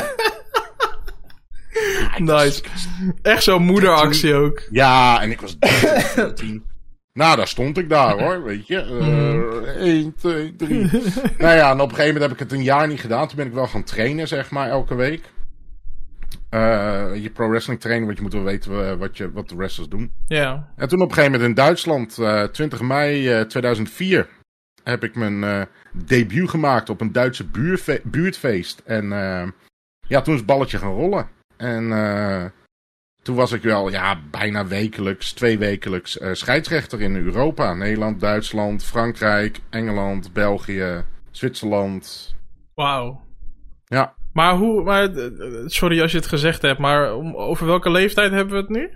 Nice. Echt zo'n moederactie ook. Ja, en ik was dertien. Nou, daar stond ik daar hoor, weet je. Uh, één, twee, drie. Nou ja, en op een gegeven moment heb ik het een jaar niet gedaan. Toen ben ik wel gaan trainen, zeg maar, elke week. Uh, je pro-wrestling trainen, want je moet wel weten wat, je, wat de wrestlers doen. Ja. Yeah. En toen op een gegeven moment in Duitsland, uh, twintig mei tweeduizend vier, heb ik mijn uh, debuut gemaakt op een Duitse buurfe- buurtfeest. En uh, ja, toen is het balletje gaan rollen. En... Uh, Toen was ik wel, ja, bijna wekelijks, twee wekelijks uh, scheidsrechter in Europa. Nederland, Duitsland, Frankrijk, Engeland, België, Zwitserland. Wauw. Ja. Maar hoe, maar, sorry als je het gezegd hebt, maar over welke leeftijd hebben we het nu?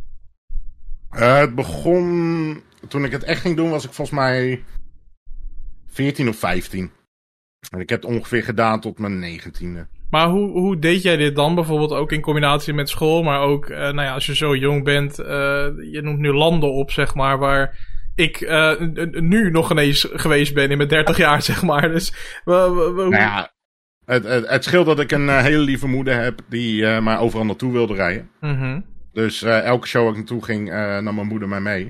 Uh, het begon, toen ik het echt ging doen, was ik volgens mij veertien of vijftien. En ik heb het ongeveer gedaan tot mijn negentiende. Maar hoe, hoe deed jij dit dan? Bijvoorbeeld ook in combinatie met school, maar ook, uh, nou ja, als je zo jong bent, uh, je noemt nu landen op, zeg maar, waar ik uh, nu nog ineens geweest ben in mijn dertig jaar, zeg maar. Dus, uh, uh, nou ja, het, het, het scheelt dat ik een uh, hele lieve moeder heb die uh, mij overal naartoe wilde rijden. Mm-hmm. Dus uh, elke show waar ik naartoe ging, uh, nam mijn moeder mij mee.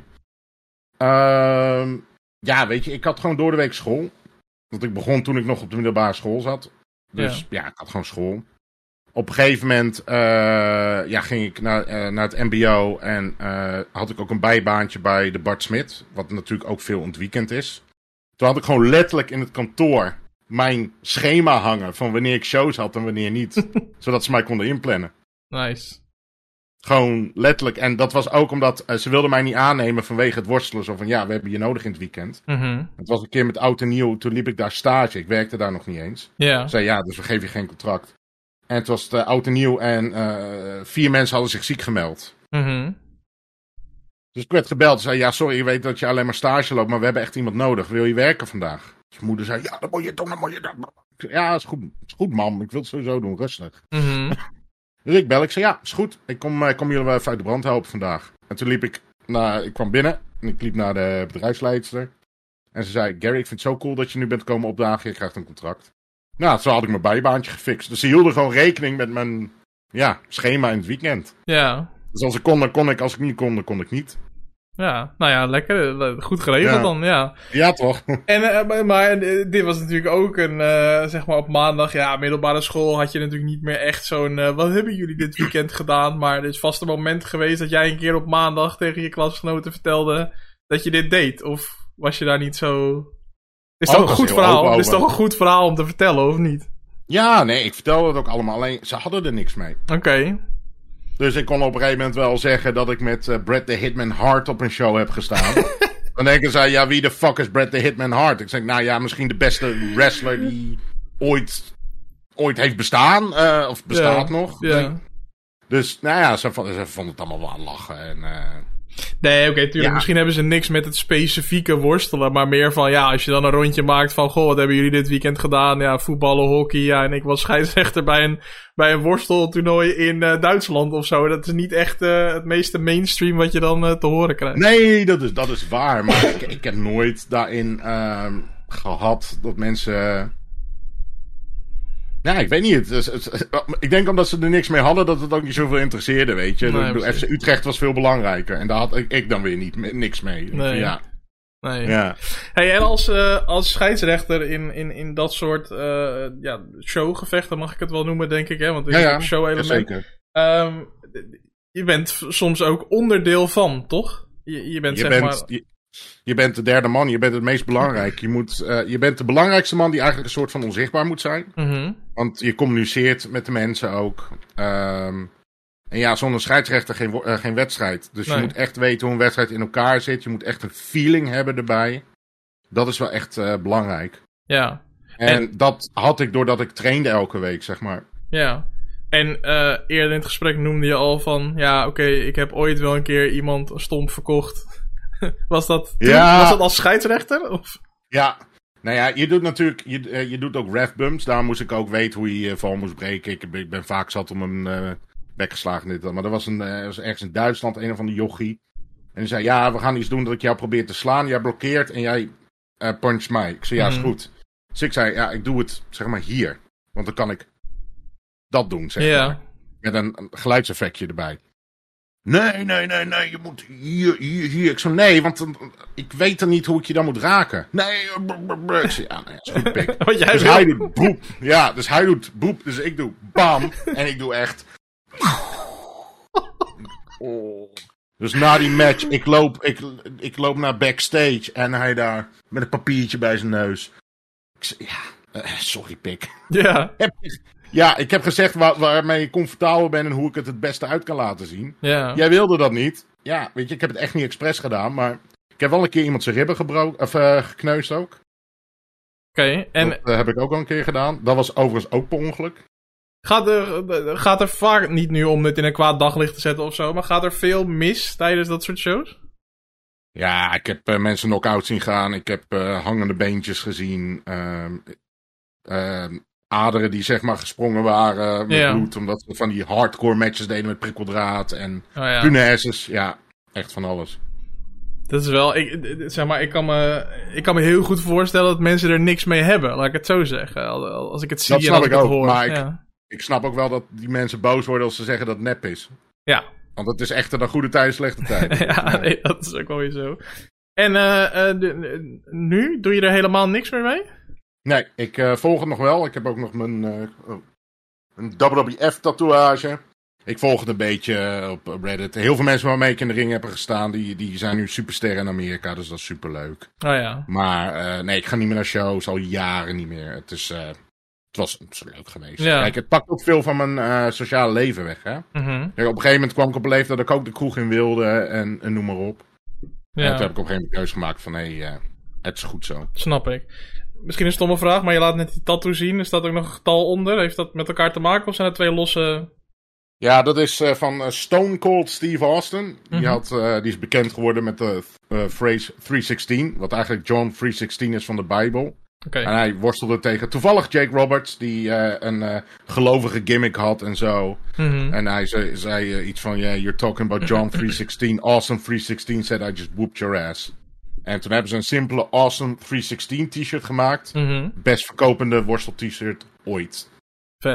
Uh, ja, weet je, ik had gewoon door de week school. Want ik begon toen ik nog op de middelbare school zat. Dus ja, ja ik had gewoon school. Op een gegeven moment uh, ja, ging ik naar, uh, naar het mbo en uh, had ik ook een bijbaantje bij de Bart Smit. Wat natuurlijk ook veel in het weekend is. Toen had ik gewoon letterlijk in het kantoor mijn schema hangen van wanneer ik shows had en wanneer niet. Zodat ze mij konden inplannen. Nice. Gewoon letterlijk. En dat was ook omdat uh, ze wilden mij niet aannemen vanwege het worstelen. Zo van, ja, we hebben je nodig in het weekend. Mm-hmm. Het was een keer met oud en nieuw. Toen liep ik daar stage. Ik werkte daar nog niet eens. Ja. Yeah. Ze zei, ja, dus we geven je geen contract. En het was het, uh, oud en nieuw. En uh, vier mensen hadden zich ziek gemeld. Mm-hmm. Dus ik werd gebeld. Ze zei, ja, sorry, je weet dat je alleen maar stage loopt. Maar we hebben echt iemand nodig. Wil je werken vandaag? Dus mijn moeder zei, ja, dan moet je doen, dan moet je doen. Ja, is goed, is goed, mam. Ik wil het sowieso doen, rustig. Mm-hmm. Dus ik bel, ik zei, ja, is goed. Ik kom, ik kom jullie wel even uit de brand helpen vandaag. En toen liep ik, naar, ik kwam binnen en ik liep naar de bedrijfsleidster. En ze zei, Gary, ik vind het zo cool dat je nu bent komen opdagen. Je krijgt een contract. Nou, zo had ik mijn bijbaantje gefixt. Dus ze hielden gewoon rekening met mijn, ja, schema in het weekend. Ja. Dus als ik kon, dan kon ik. Als ik niet kon, dan kon ik niet. Ja, nou ja, lekker. Goed geregeld Ja. dan, ja. Ja, toch? En, uh, maar, maar uh, dit was natuurlijk ook een, uh, zeg maar op maandag, ja, middelbare school had je natuurlijk niet meer echt zo'n, uh, wat hebben jullie dit weekend gedaan? Maar er is vast een moment geweest dat jij een keer op maandag tegen je klasgenoten vertelde dat je dit deed. Of was je daar niet zo... Is toch Oh, een was goed heel verhaal? open Is toch over. een goed verhaal om te vertellen, of niet? Ja, nee, ik vertelde het ook allemaal. Alleen, ze hadden er niks mee. Oké. Okay. Dus ik kon op een gegeven moment wel zeggen dat ik met uh, Bret the Hitman Hart op een show heb gestaan. Dan denken zij, ja, wie de fuck is Bret the Hitman Hart? Ik zeg, nou ja, misschien de beste wrestler die ooit, ooit heeft bestaan. Uh, of bestaat ja, nog. Ja. Nee. Dus, nou ja, ze, ze vonden het allemaal wel aan lachen. En, uh... Nee, oké, okay, tuurlijk. Ja. Misschien hebben ze niks met het specifieke worstelen. Maar meer van, ja, als je dan een rondje maakt van... Goh, wat hebben jullie dit weekend gedaan? Ja, voetballen, hockey. Ja, en ik was scheidsrechter bij een, bij een worsteltoernooi in uh, Duitsland of zo. Dat is niet echt uh, het meeste mainstream wat je dan uh, te horen krijgt. Nee, dat is, dat is waar. Maar ik, ik heb nooit daarin uh, gehad dat mensen... Nou, ik weet niet. Het, het, het, ik denk omdat ze er niks mee hadden, dat het ook niet zoveel interesseerde, weet je. Nee, de, F C Utrecht was veel belangrijker. En daar had ik, ik dan weer niet, niks mee. Nee. Ja. Nee. Ja. Hey, en als, uh, als scheidsrechter in, in, in dat soort uh, ja, showgevechten, mag ik het wel noemen, denk ik. Hè? Want het is ja, ja. een show-element. Ja, zeker. Um, je bent soms ook onderdeel van, toch? Je, je bent je zeg bent, maar... Je, je bent de derde man, je bent het meest belangrijk. Je, moet, uh, je bent de belangrijkste man die eigenlijk een soort van onzichtbaar moet zijn. Mm-hmm. Want je communiceert met de mensen ook. Um, en ja, zonder scheidsrechter geen, uh, geen wedstrijd. Dus nee. Je moet echt weten hoe een wedstrijd in elkaar zit. Je moet echt een feeling hebben erbij. Dat is wel echt uh, belangrijk. Ja. En, en dat had ik doordat ik trainde elke week, zeg maar. Ja. En uh, eerder in het gesprek noemde je al van... Ja, oké, okay, ik heb ooit wel een keer iemand stomp verkocht. Was dat toen? Ja. Was dat als scheidsrechter? Of? Ja. Nou ja, je doet natuurlijk... Je, uh, je doet ook refbumps. Daar moest ik ook weten hoe je je val moest breken. Ik, ik ben vaak zat om een uh, bek geslagen. Dit, maar er was, een, uh, was ergens in Duitsland een of andere jochie. En die zei... Ja, we gaan iets doen dat ik jou probeer te slaan. Jij blokkeert en jij uh, puncht mij. Ik zei, ja, is goed. Dus ik zei, ja, ik doe het zeg maar hier. Want dan kan ik dat doen, zeg ja. maar. Met een, een geluidseffectje erbij. Nee, nee, nee, nee, je moet hier, hier, hier. Ik zei, nee, want uh, ik weet dan niet hoe ik je dan moet raken. Nee, brr, brr. Ik zei, ja, nee, is goed, pik. Wat jij dus wil. hij doet boep. Ja, dus hij doet boep, dus ik doe bam. En ik doe echt... Oh. Dus na die match, ik loop, ik, ik loop naar backstage en hij daar met een papiertje bij zijn neus. Ik zei, ja, uh, sorry, pik. Ja. Ja, ik heb gezegd waar, waarmee ik comfortabel ben en hoe ik het het beste uit kan laten zien. Ja. Jij wilde dat niet. Ja, weet je, ik heb het echt niet expres gedaan, maar ik heb wel een keer iemand zijn ribben gebroken, of uh, gekneusd ook. Oké, okay, en... Dat uh, heb ik ook al een keer gedaan. Dat was overigens ook per ongeluk. Gaat er, gaat er vaak, niet nu om het in een kwaad daglicht te zetten of zo, maar gaat er veel mis tijdens dat soort shows? Ja, ik heb uh, mensen knock-out zien gaan. Ik heb uh, hangende beentjes gezien. Uh, uh, aderen die zeg maar gesprongen waren met ja. bloed. Omdat we van die hardcore matches deden met prikkeldraad en oh, ja. punaises. Ja, echt van alles. Dat is wel, ik, zeg maar, ik kan, me, ik kan me heel goed voorstellen dat mensen er niks mee hebben. Laat ik het zo zeggen. Als ik het zie dat snap en als ik ik het ook, hoor. Maar ik, ja. ik snap ook wel dat die mensen boos worden als ze zeggen dat het nep is. Ja. Want het is echter dan goede tijden, slechte tijden. ja, nee, dat is ook wel weer zo. En uh, uh, de, de, nu? Doe je er helemaal niks meer mee? Nee, ik uh, volg het nog wel. Ik heb ook nog mijn uh, een W W F-tatoeage. Ik volg het een beetje op Reddit. Heel veel mensen waarmee ik in de ring heb gestaan, die, die zijn nu supersterren in Amerika. Dus dat is superleuk. Oh ja. Maar uh, nee, ik ga niet meer naar shows. Al jaren niet meer. Het is... Uh, Het was, het was leuk geweest. Ja. Kijk, het pakt ook veel van mijn uh, sociale leven weg, hè. Mm-hmm. Kijk, op een gegeven moment kwam ik op een leeftijd dat ik ook de kroeg in wilde en, en noem maar op. Ja. En toen heb ik op een gegeven moment de keuze gemaakt van, hé, hey, uh, het is goed zo. Snap ik. Misschien een stomme vraag, maar je laat net die tattoo zien. Er staat ook nog een getal onder. Heeft dat met elkaar te maken of zijn het twee losse... Ja, dat is uh, van uh, Stone Cold Steve Austin. Mm-hmm. Die, had, uh, die is bekend geworden met de uh, phrase three sixteen. Wat eigenlijk John three sixteen is van de Bijbel. Okay. En hij worstelde tegen toevallig Jake Roberts, die uh, een uh, gelovige gimmick had en zo. Mm-hmm. En hij zei, zei uh, iets van, yeah, you're talking about John three sixteen. Awesome three sixteen said I just whooped your ass. En toen hebben ze een simpele Awesome three sixteen t-shirt gemaakt. Mm-hmm. Best verkopende worstel t-shirt ooit. Vet.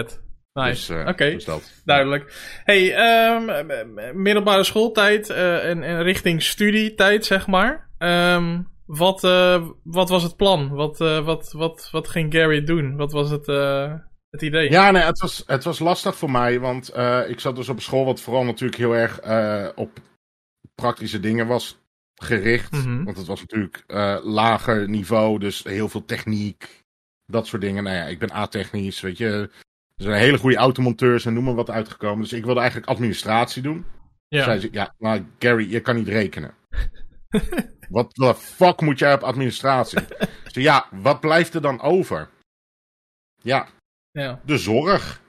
Nice, Dus, uh, oké, okay. dus dat. Duidelijk. Hey, um, middelbare schooltijd uh, en, en richting studietijd, zeg maar. Um, wat, uh, wat was het plan? Wat, uh, wat, wat, wat ging Gary doen? Wat was het, uh, het idee? Ja, nee, het was, het was lastig voor mij, want uh, ik zat dus op school wat vooral natuurlijk heel erg uh, op praktische dingen was gericht. Mm-hmm. Want het was natuurlijk uh, lager niveau, dus heel veel techniek, dat soort dingen. Nou ja, ik ben A-technisch, weet je. Er zijn hele goede automonteurs en noem maar wat uitgekomen. Dus ik wilde eigenlijk administratie doen. Ja. Zei ze, ja, maar Gary, je kan niet rekenen. Wat de fuck moet jij op administratie? Dus ja, wat blijft er dan over? Ja, ja. De zorg.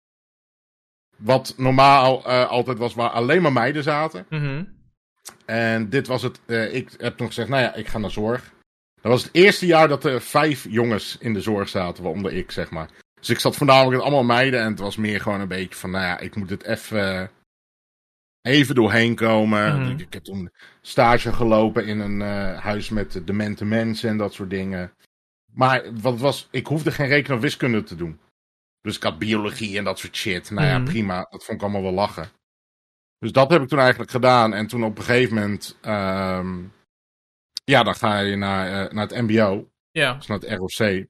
Wat normaal uh, altijd was waar alleen maar meiden zaten. Mm-hmm. En dit was het, uh, ik heb toen gezegd, nou ja, ik ga naar zorg. Dat was het eerste jaar dat er vijf jongens in de zorg zaten, waaronder ik, zeg maar. Dus ik zat voornamelijk met allemaal meiden en het was meer gewoon een beetje van, nou ja, ik moet het even, even doorheen komen. Mm-hmm. Ik, ik heb toen stage gelopen in een uh, huis met demente mensen en dat soort dingen. Maar wat was, ik hoefde geen rekenen of wiskunde te doen. Dus ik had biologie en dat soort shit. Nou ja, mm-hmm. prima, dat vond ik allemaal wel lachen. Dus dat heb ik toen eigenlijk gedaan. En toen op een gegeven moment, um, ja, dan ga je naar, uh, naar het M B O. Ja. Dus naar het R O C.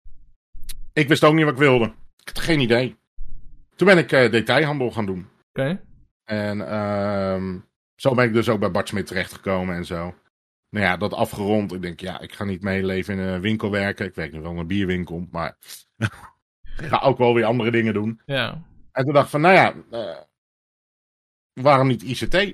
Ik wist ook niet wat ik wilde. Ik had geen idee. Toen ben ik uh, detailhandel gaan doen. Oké. Okay. En um, zo ben ik dus ook bij Bart Smit terechtgekomen en zo. Nou ja, dat afgerond. Ik denk, ja, ik ga niet meeleven in een winkel werken. Ik werk nu wel in een bierwinkel, maar ik ga ook wel weer andere dingen doen. Ja. En toen dacht ik van, nou ja, uh, waarom niet I C T?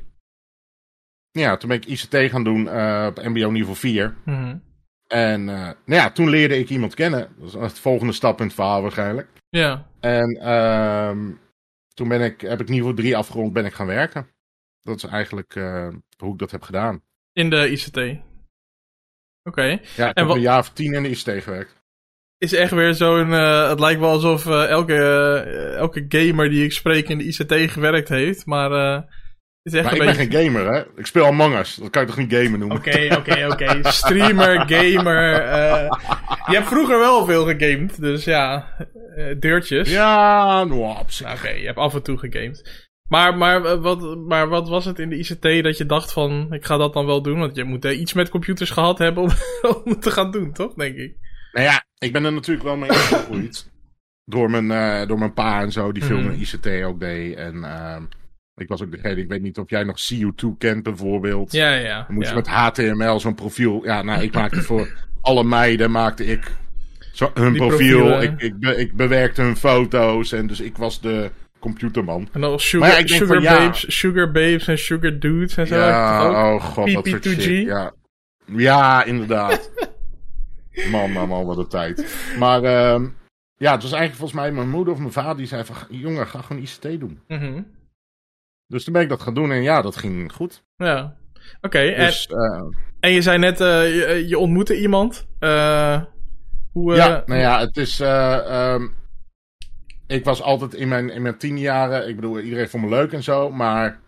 Ja, toen ben ik I C T gaan doen uh, op M B O niveau vier. Mm-hmm. En uh, nou ja, toen leerde ik iemand kennen. Dat is het volgende stap in het verhaal waarschijnlijk. Ja. En uh, toen ben ik, heb ik niveau drie afgerond, ben ik gaan werken. Dat is eigenlijk uh, hoe ik dat heb gedaan. In de I C T? Oké. Okay. Ja, ik en heb wa- een jaar of tien in de I C T gewerkt. Is echt weer zo'n... Uh, het lijkt wel alsof uh, elke, uh, elke gamer die ik spreek in de I C T gewerkt heeft, maar... Uh, is echt maar een ik beetje... ben geen gamer, hè? Ik speel Among Us. Dat kan je toch niet gamer noemen? Oké, oké, oké. Streamer, gamer. Uh, je hebt vroeger wel veel gegamed, dus ja. Uh, deurtjes. Ja, nou, op zich. Nou, oké, okay, je hebt af en toe gegamed. Maar, maar, wat, maar wat was het in de I C T dat je dacht van, ik ga dat dan wel doen? Want je moet uh, iets met computers gehad hebben om, om het te gaan doen, toch? Denk ik. Nou ja, ik ben er natuurlijk wel mee opgegroeid. door, mijn, uh, door mijn pa en zo, die veel mm-hmm. met I C T ook deed. En uh, ik was ook degene, ik weet niet of jij nog C U twee kent bijvoorbeeld. Ja, ja. Dan moest ja. je met H T M L zo'n profiel... Ja, nou, ik maakte voor alle meiden, maakte ik zo, hun die profiel. Profielen. Ik, ik, be, ik bewerkte hun foto's en dus ik was de computerman. En dan sugar, ja, sugar, van, babes, ja. sugar babes en sugar dudes en zo. Ja, oh god, dat soort shit. Ja, ja inderdaad. man, man, man, wat een tijd. Maar uh, ja, het was eigenlijk volgens mij mijn moeder of mijn vader die zei van... Jongen, ga gewoon I C T doen. Mm-hmm. Dus toen ben ik dat gaan doen en ja, dat ging goed. Ja, oké. Okay, dus, en, uh, en je zei net, uh, je, je ontmoette iemand. Uh, hoe, uh, ja, nou ja, het is... Uh, um, ik was altijd in mijn, in mijn tien jaren... Ik bedoel, iedereen vond me leuk en zo, maar...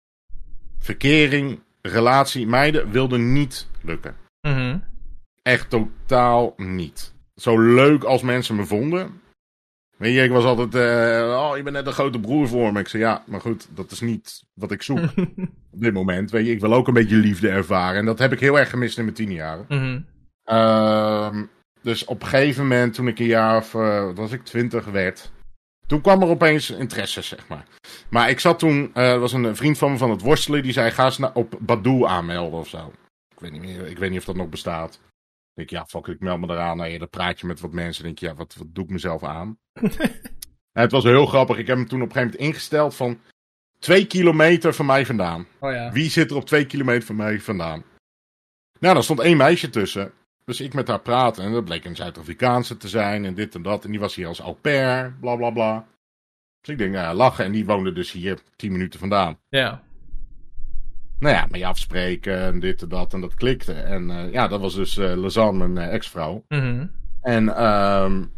Verkering, relatie, meiden wilde niet lukken. Mm-hmm. Echt totaal niet. Zo leuk als mensen me vonden... Weet je, ik was altijd, uh, oh, je bent net een grote broer voor me. Ik zei, ja, maar goed, dat is niet wat ik zoek op dit moment. Weet je, ik wil ook een beetje liefde ervaren. En dat heb ik heel erg gemist in mijn tien jaren. Mm-hmm. Uh, dus op een gegeven moment, toen ik een jaar of, uh, wat was ik, twintig werd... Toen kwam er opeens interesse, zeg maar. Maar ik zat toen, er uh, was een vriend van me van het worstelen, die zei, ga eens na- op Badoo aanmelden of zo. Ik weet niet meer, ik weet niet of dat nog bestaat. Ik denk, ja, fuck, ik meld me eraan. Nou ja, dan praat je met wat mensen. Dan denk je, ja, wat, wat doe ik mezelf aan? Het was heel grappig. Ik heb hem toen op een gegeven moment ingesteld van twee kilometer van mij vandaan. Oh ja. Wie zit er op twee kilometer van mij vandaan? Nou, daar stond één meisje tussen. Dus ik met haar praten. En dat bleek een Zuid-Afrikaanse te zijn. En dit en dat. En die was hier als au pair. Bla, bla, bla. Dus ik denk, nou ja, lachen. En die woonde dus hier tien minuten vandaan. Ja. Nou ja, mee afspreken en dit en dat en dat klikte. En uh, ja, dat was dus uh, Lezanne, mijn uh, ex-vrouw. Mm-hmm. En um,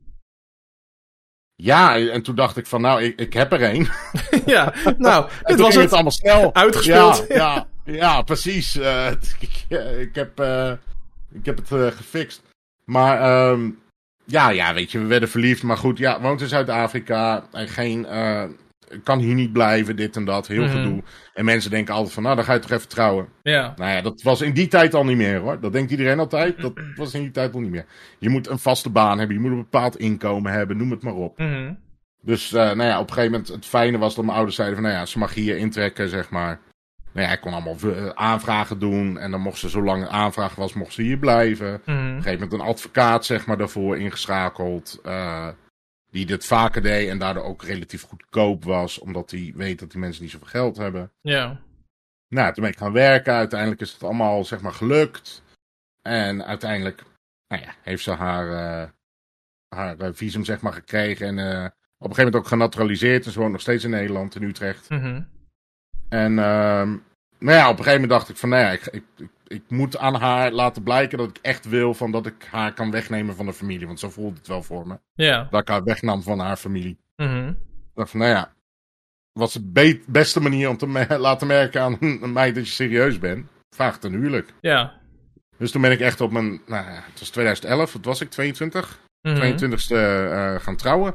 ja, en toen dacht ik van, nou, ik, ik heb er één. Ja, nou, het was het, het allemaal snel. Uitgespeeld. Ja, ja, ja precies. Uh, ik, ik, heb, uh, ik heb het uh, gefixt. Maar um, ja, ja, weet je, we werden verliefd. Maar goed, ja, woont in Zuid-Afrika. En geen, uh, kan hier niet blijven, dit en dat. Heel Mm-hmm. gedoe. En mensen denken altijd van, nou, dan ga je toch even trouwen. Ja. Nou ja, dat was in die tijd al niet meer, hoor. Dat denkt iedereen altijd. Dat was in die tijd al niet meer. Je moet een vaste baan hebben. Je moet een bepaald inkomen hebben. Noem het maar op. Mm-hmm. Dus, uh, nou ja, op een gegeven moment, het fijne was dat mijn ouders zeiden van, nou ja, ze mag hier intrekken, zeg maar. Nou ja, ik kon allemaal uh, aanvragen doen. En dan mocht ze, zolang er aanvraag was, mocht ze hier blijven. Mm-hmm. Op een gegeven moment een advocaat, zeg maar, daarvoor ingeschakeld. Uh, die dit vaker deed en daardoor ook relatief goedkoop was. Omdat hij weet dat die mensen niet zoveel geld hebben. Ja. Nou, toen ben ik gaan werken. Uiteindelijk is het allemaal, zeg maar, gelukt. En uiteindelijk, nou ja, heeft ze haar, uh, haar uh, visum, zeg maar, gekregen. En uh, op een gegeven moment ook genaturaliseerd. En ze woont nog steeds in Nederland, in Utrecht. Mm-hmm. En, uh, nou ja, op een gegeven moment dacht ik van, nou ja, ik, ik, ik, ik moet aan haar laten blijken dat ik echt wil van dat ik haar kan wegnemen van de familie. Want zo voelde het wel voor me. Ja. Dat ik haar wegnam van haar familie. Mm-hmm. Ik dacht van, nou ja, was de be- beste manier om te me- laten merken aan een meid dat je serieus bent. Vraag het een huwelijk. Ja. Dus toen ben ik echt op mijn, nou ja, het was twintig elf, wat was ik, tweeëntwintig? Mm-hmm. tweeëntwintigste uh, gaan trouwen.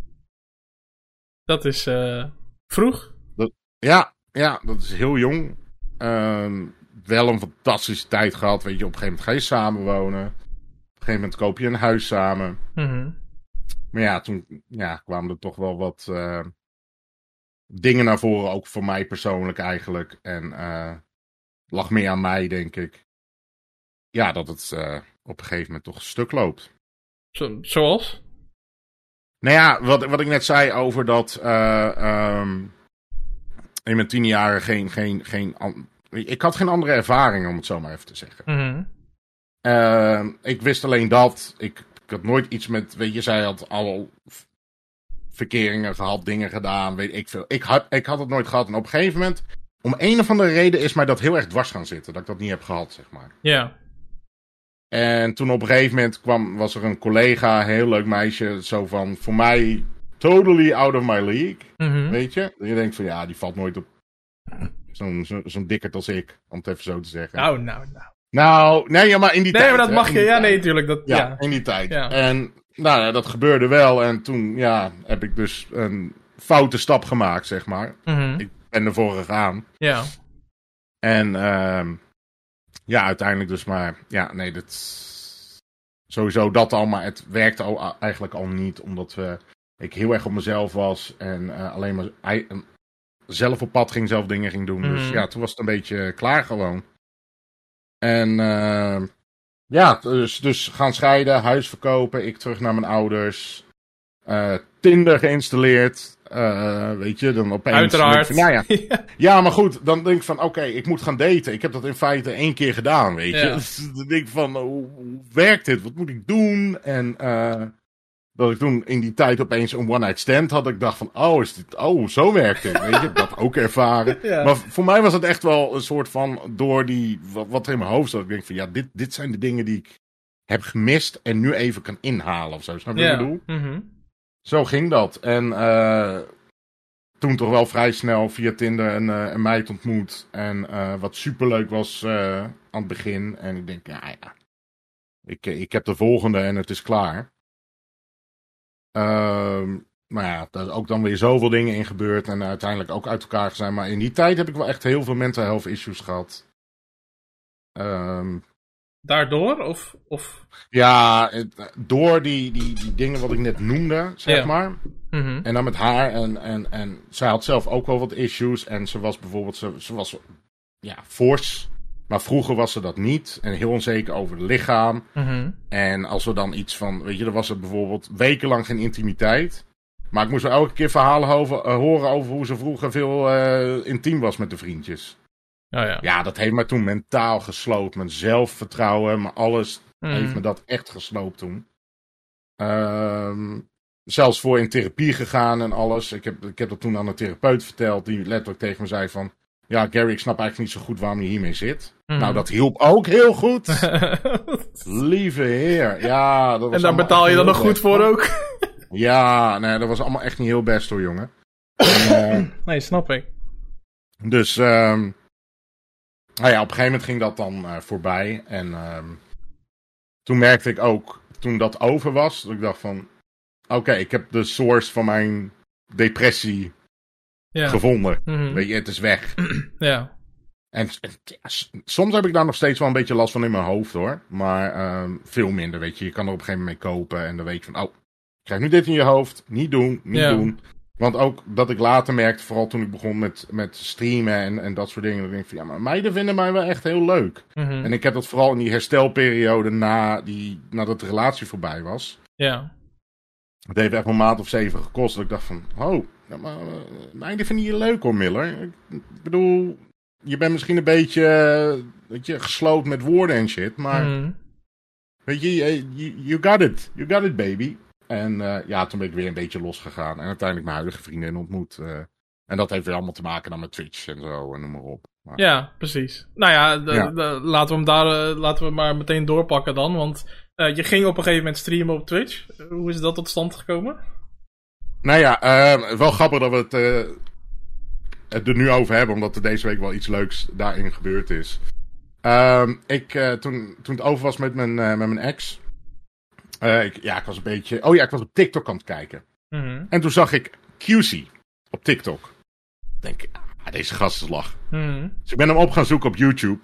Dat is uh, vroeg. Dat, ja, ja, dat is heel jong. Uh, wel een fantastische tijd gehad. Weet je, op een gegeven moment ga je samenwonen. Op een gegeven moment koop je een huis samen. Mm-hmm. Maar ja, toen ja, kwamen er toch wel wat uh, dingen naar voren. Ook voor mij persoonlijk eigenlijk. En uh, het lag meer aan mij, denk ik. Ja, dat het uh, op een gegeven moment toch stuk loopt. Zo, zoals? Nou ja, wat, wat ik net zei over dat uh, um, in mijn tien jaren geen, geen, geen... Ik had geen andere ervaring, om het zo maar even te zeggen. Mm-hmm. Uh, ik wist alleen dat. Ik, ik had nooit iets met... Weet je, zij had al verkeringen gehad, dingen gedaan, weet ik veel. Ik had, ik had het nooit gehad. En op een gegeven moment, om een of andere reden, is mij dat heel erg dwars gaan zitten. Dat ik dat niet heb gehad, zeg maar. Ja. Yeah. En toen op een gegeven moment kwam, was er een collega, een heel leuk meisje, zo van, voor mij, totally out of my league. Mm-hmm. Weet je? En je denkt van, ja, die valt nooit op zo'n, zo, zo'n dikkerd als ik, om het even zo te zeggen. Nou, nou, nou. Nou, nee, ja, maar in die nee, tijd. Nee, maar dat hè, mag je, ja, tijd. nee, natuurlijk. Dat, ja, ja, in die tijd. Ja. En, nou, dat gebeurde wel. En toen, ja, heb ik dus een foute stap gemaakt, zeg maar. Mm-hmm. Ik ben ervoor gegaan. Ja. En, uh, ja, uiteindelijk dus maar, ja, nee, dat... Sowieso dat al, maar het werkte al, eigenlijk al niet, omdat uh, ik heel erg op mezelf was en uh, alleen maar I, uh, zelf op pad ging, zelf dingen ging doen. Mm. Dus ja, toen was het een beetje klaar gewoon. En uh, ja, dus, dus gaan scheiden, huis verkopen, ik terug naar mijn ouders, uh, Tinder geïnstalleerd. Uh, weet je, dan opeens... Uiteraard. Van, nou ja. ja, maar goed, dan denk ik van, oké, okay, ik moet gaan daten. Ik heb dat in feite één keer gedaan, weet je. Ja. Dus dan denk ik van, hoe, hoe werkt dit? Wat moet ik doen? En uh, dat ik toen in die tijd opeens een one-night stand had. Ik dacht van, oh, is dit, oh, zo werkt dit. Weet je, ik heb dat ook ervaren. Ja. Maar voor mij was het echt wel een soort van, door die, wat, wat er in mijn hoofd zat. Ik denk van, ja, dit, dit zijn de dingen die ik heb gemist en nu even kan inhalen of zo. Snap je ja. wat ik bedoel? Mm-hmm. Zo ging dat. En uh, toen toch wel vrij snel via Tinder een, uh, een meid ontmoet. En uh, wat superleuk was uh, aan het begin. En ik denk, ja, ja. Ik, ik heb de volgende en het is klaar. Uh, maar ja, er is ook dan weer zoveel dingen in gebeurd. En uiteindelijk ook uit elkaar zijn. Maar in die tijd heb ik wel echt heel veel mental health issues gehad. Um, Daardoor? Of, of... Ja, door die, die, die dingen wat ik net noemde, zeg ja. maar. Mm-hmm. En dan met haar. En, en, en zij had zelf ook wel wat issues. En ze was bijvoorbeeld, ze, ze was ja, fors. Maar vroeger was ze dat niet. En heel onzeker over het lichaam. Mm-hmm. En als er dan iets van, weet je, dan was er bijvoorbeeld wekenlang geen intimiteit. Maar ik moest wel elke keer verhalen over, uh, horen over hoe ze vroeger veel uh, intiem was met de vriendjes. Oh ja. ja, dat heeft me toen mentaal gesloopt. Mijn zelfvertrouwen, maar alles mm. heeft me dat echt gesloopt toen. Um, zelfs voor in therapie gegaan en alles. Ik heb, ik heb dat toen aan een therapeut verteld. Die letterlijk tegen me zei van... Ja, Gary, ik snap eigenlijk niet zo goed waarom je hiermee zit. Mm. Nou, dat hielp ook heel goed. Lieve heer. Ja, dat was en daar betaal je dan nog goed best, voor ook? Ja, nee, dat was allemaal echt niet heel best hoor, jongen. En, uh, nee, snap ik. Dus... Um, Nou ja, op een gegeven moment ging dat dan uh, voorbij. En um, toen merkte ik ook, toen dat over was, dat ik dacht van... Oké, okay, ik heb de source van mijn depressie ja. gevonden. Mm-hmm. Weet je, het is weg. Ja. En, en ja, soms heb ik daar nog steeds wel een beetje last van in mijn hoofd, hoor. Maar um, veel minder, weet je. Je kan er op een gegeven moment mee kopen. En dan weet je van, oh, je krijgt nu dit in je hoofd. Niet doen, niet ja. doen. Want ook dat ik later merkte, vooral toen ik begon met, met streamen en, en dat soort dingen. Dan denk ik van, ja, maar meiden vinden mij wel echt heel leuk. Mm-hmm. En ik heb dat vooral in die herstelperiode na die, nadat de relatie voorbij was. Ja. Het heeft echt een maand of zeven gekost. Dat ik dacht van, oh, nou, maar uh, meiden vinden je leuk hoor, Miller. Ik, ik bedoel, je bent misschien een beetje, uh, weet je, gesloten met woorden en shit. Maar, mm. weet je, you, you got it. You got it, baby. En uh, ja, toen ben ik weer een beetje losgegaan. En uiteindelijk mijn huidige vriendin ontmoet. Uh, en dat heeft weer allemaal te maken dan met Twitch en zo en noem maar op. Maar... Ja, precies. Nou ja, de, ja. De, laten we hem daar, uh, laten we maar meteen doorpakken dan. Want uh, je ging op een gegeven moment streamen op Twitch. Hoe is dat tot stand gekomen? Nou ja, uh, wel grappig dat we het, uh, het er nu over hebben. Omdat er deze week wel iets leuks daarin gebeurd is. Uh, ik, uh, toen, toen het over was met mijn, uh, met mijn ex... Uh, ik, ja, ik was een beetje... Oh ja, ik was op TikTok aan het kijken. Mm-hmm. En toen zag ik Q C op TikTok. Ik denk, ah, deze gast is lach. Mm-hmm. Dus ik ben hem op gaan zoeken op YouTube.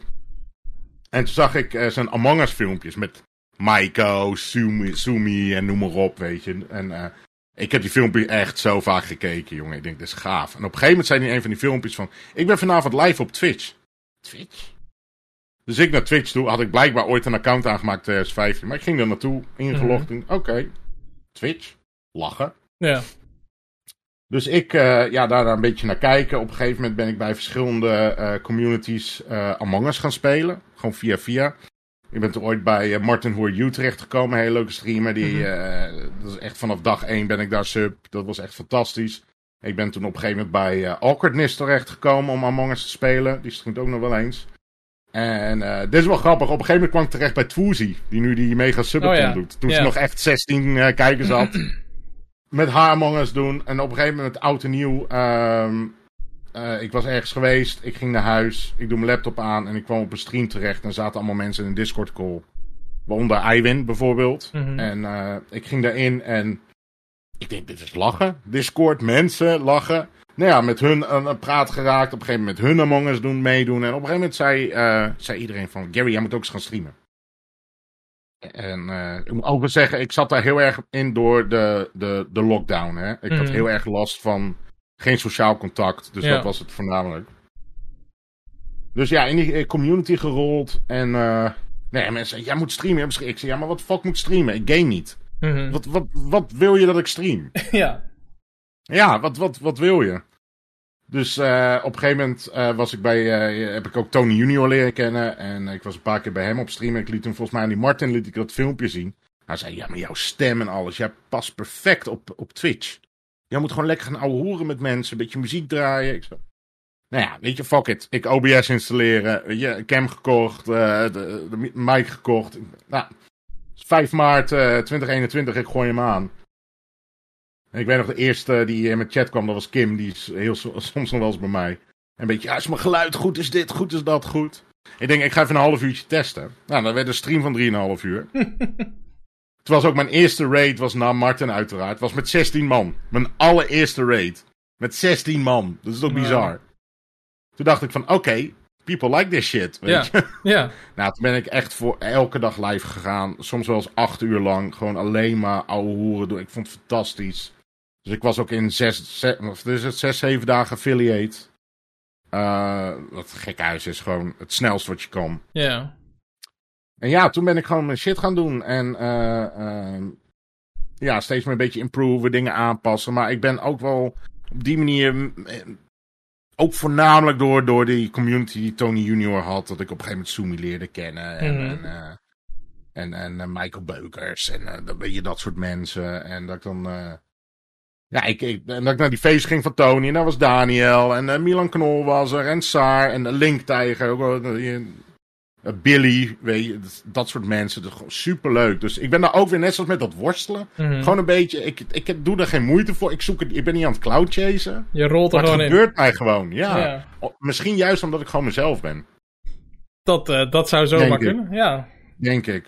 En toen zag ik uh, zijn Among Us filmpjes met Maiko, Sumi, Sumi en noem maar op, weet je. En uh, ik heb die filmpjes echt zo vaak gekeken, jongen. Ik denk, dit is gaaf. En op een gegeven moment zei hij in een van die filmpjes van... Ik ben vanavond live op Twitch. Twitch? Dus ik naar Twitch toe, had ik blijkbaar ooit een account aangemaakt in tweeduizend vijftien. Maar ik ging er naartoe, ingelogd en oké, okay, Twitch, lachen. Ja. Dus ik, uh, ja, daar een beetje naar kijken. Op een gegeven moment ben ik bij verschillende uh, communities uh, Among Us gaan spelen. Gewoon via via. Ik ben toen ooit bij uh, Martin Who Are You terechtgekomen, een hele leuke streamer. Die, mm-hmm. uh, dat is echt vanaf dag één ben ik daar sub. Dat was echt fantastisch. Ik ben toen op een gegeven moment bij uh, Awkwardness terechtgekomen om Among Us te spelen. Die streamt ook nog wel eens. En uh, dit is wel grappig. Op een gegeven moment kwam ik terecht bij Twoozy. Die nu die mega subathon oh, ja. doet. Toen ja. ze nog echt zestien uh, kijkers had. Met haar Among Us doen. En op een gegeven moment oud en nieuw. Um, uh, ik was ergens geweest. Ik ging naar huis. Ik doe mijn laptop aan. En ik kwam op een stream terecht. En er zaten allemaal mensen in een Discord call. Waaronder Eiwin bijvoorbeeld. Mm-hmm. En uh, ik ging daarin. En ik denk, dit is lachen. Discord, mensen, lachen. Nou ja, met hun een, een praat geraakt. Op een gegeven moment hun Among Us doen, meedoen. En op een gegeven moment zei, uh, zei iedereen van... Gary, jij moet ook eens gaan streamen. En uh, ik moet ook wel zeggen, ik zat daar heel erg in door de, de, de lockdown. Hè? Ik mm-hmm. had heel erg last van geen sociaal contact. Dus ja. dat was het voornamelijk. Dus ja, in die community gerold. En uh, nee, mensen zeiden, jij moet streamen. Ik zei, ja, maar wat fuck moet streamen? Ik game niet. Mm-hmm. Wat, wat, wat wil je dat ik stream? Ja. Ja, wat, wat, wat wil je? Dus uh, op een gegeven moment uh, was ik bij, uh, heb ik ook Tony Junior leren kennen. En ik was een paar keer bij hem op stream. En ik liet hem volgens mij aan die Martin liet ik dat filmpje zien. Hij zei, ja, maar jouw stem en alles, jij past perfect op, op Twitch. Jij moet gewoon lekker gaan ouwehoeren met mensen, een beetje muziek draaien. Ik zei, nou ja, weet je, fuck it. Ik O B S installeren, weet je, cam gekocht, uh, de, de mic gekocht. Nou, vijf maart uh, twintig eenentwintig, ik gooi hem aan. En ik weet nog, de eerste die in mijn chat kwam, dat was Kim. Die is heel, soms nog wel eens bij mij. Een beetje, ja, is mijn geluid goed? Is dit goed? Is dat goed? Ik denk, ik ga even een half uurtje testen. Nou, dan werd een stream van drieënhalf uur. Het was ook mijn eerste raid, was na Martin uiteraard. Het was met zestien man. Mijn allereerste raid. Met zestien man. Dat is toch bizar. Ja. Toen dacht ik van, oké, okay, people like this shit. Weet ja. je? Ja. Nou, toen ben ik echt voor elke dag live gegaan. Soms wel eens acht uur lang. Gewoon alleen maar ouwe hoeren doen. Ik vond het fantastisch. Dus ik was ook in zes, zes, of is het, zes zeven dagen affiliate. Uh, wat een gek huis is, gewoon het snelst wat je kan. Ja. Yeah. En ja, toen ben ik gewoon mijn shit gaan doen. En uh, uh, ja, steeds meer een beetje improven, dingen aanpassen. Maar ik ben ook wel op die manier... Ook voornamelijk door, door die community die Tony Junior had. Dat ik op een gegeven moment Sumi leerde kennen. En, mm-hmm. en, uh, en, en uh, Michael Beukers. En uh, dan weet je, dat soort mensen. En dat ik dan... Uh, ja, ik, ik, en dat ik naar die feest ging van Tony. En daar was Daniel. En uh, Milan Knol was er. En Saar. En uh, Link Tijger. Ook, uh, uh, Billy. Weet je, dat soort mensen. Dat is gewoon superleuk. Dus ik ben daar ook weer net zoals met dat worstelen. Mm-hmm. Gewoon een beetje... Ik, ik doe er geen moeite voor. Ik, zoek het, ik ben niet aan het cloud chasen. Je rolt er maar gewoon in. Het gebeurt mij gewoon. Ja. ja. Misschien juist omdat ik gewoon mezelf ben. Dat, uh, dat zou zomaar kunnen. Ja. Denk ik.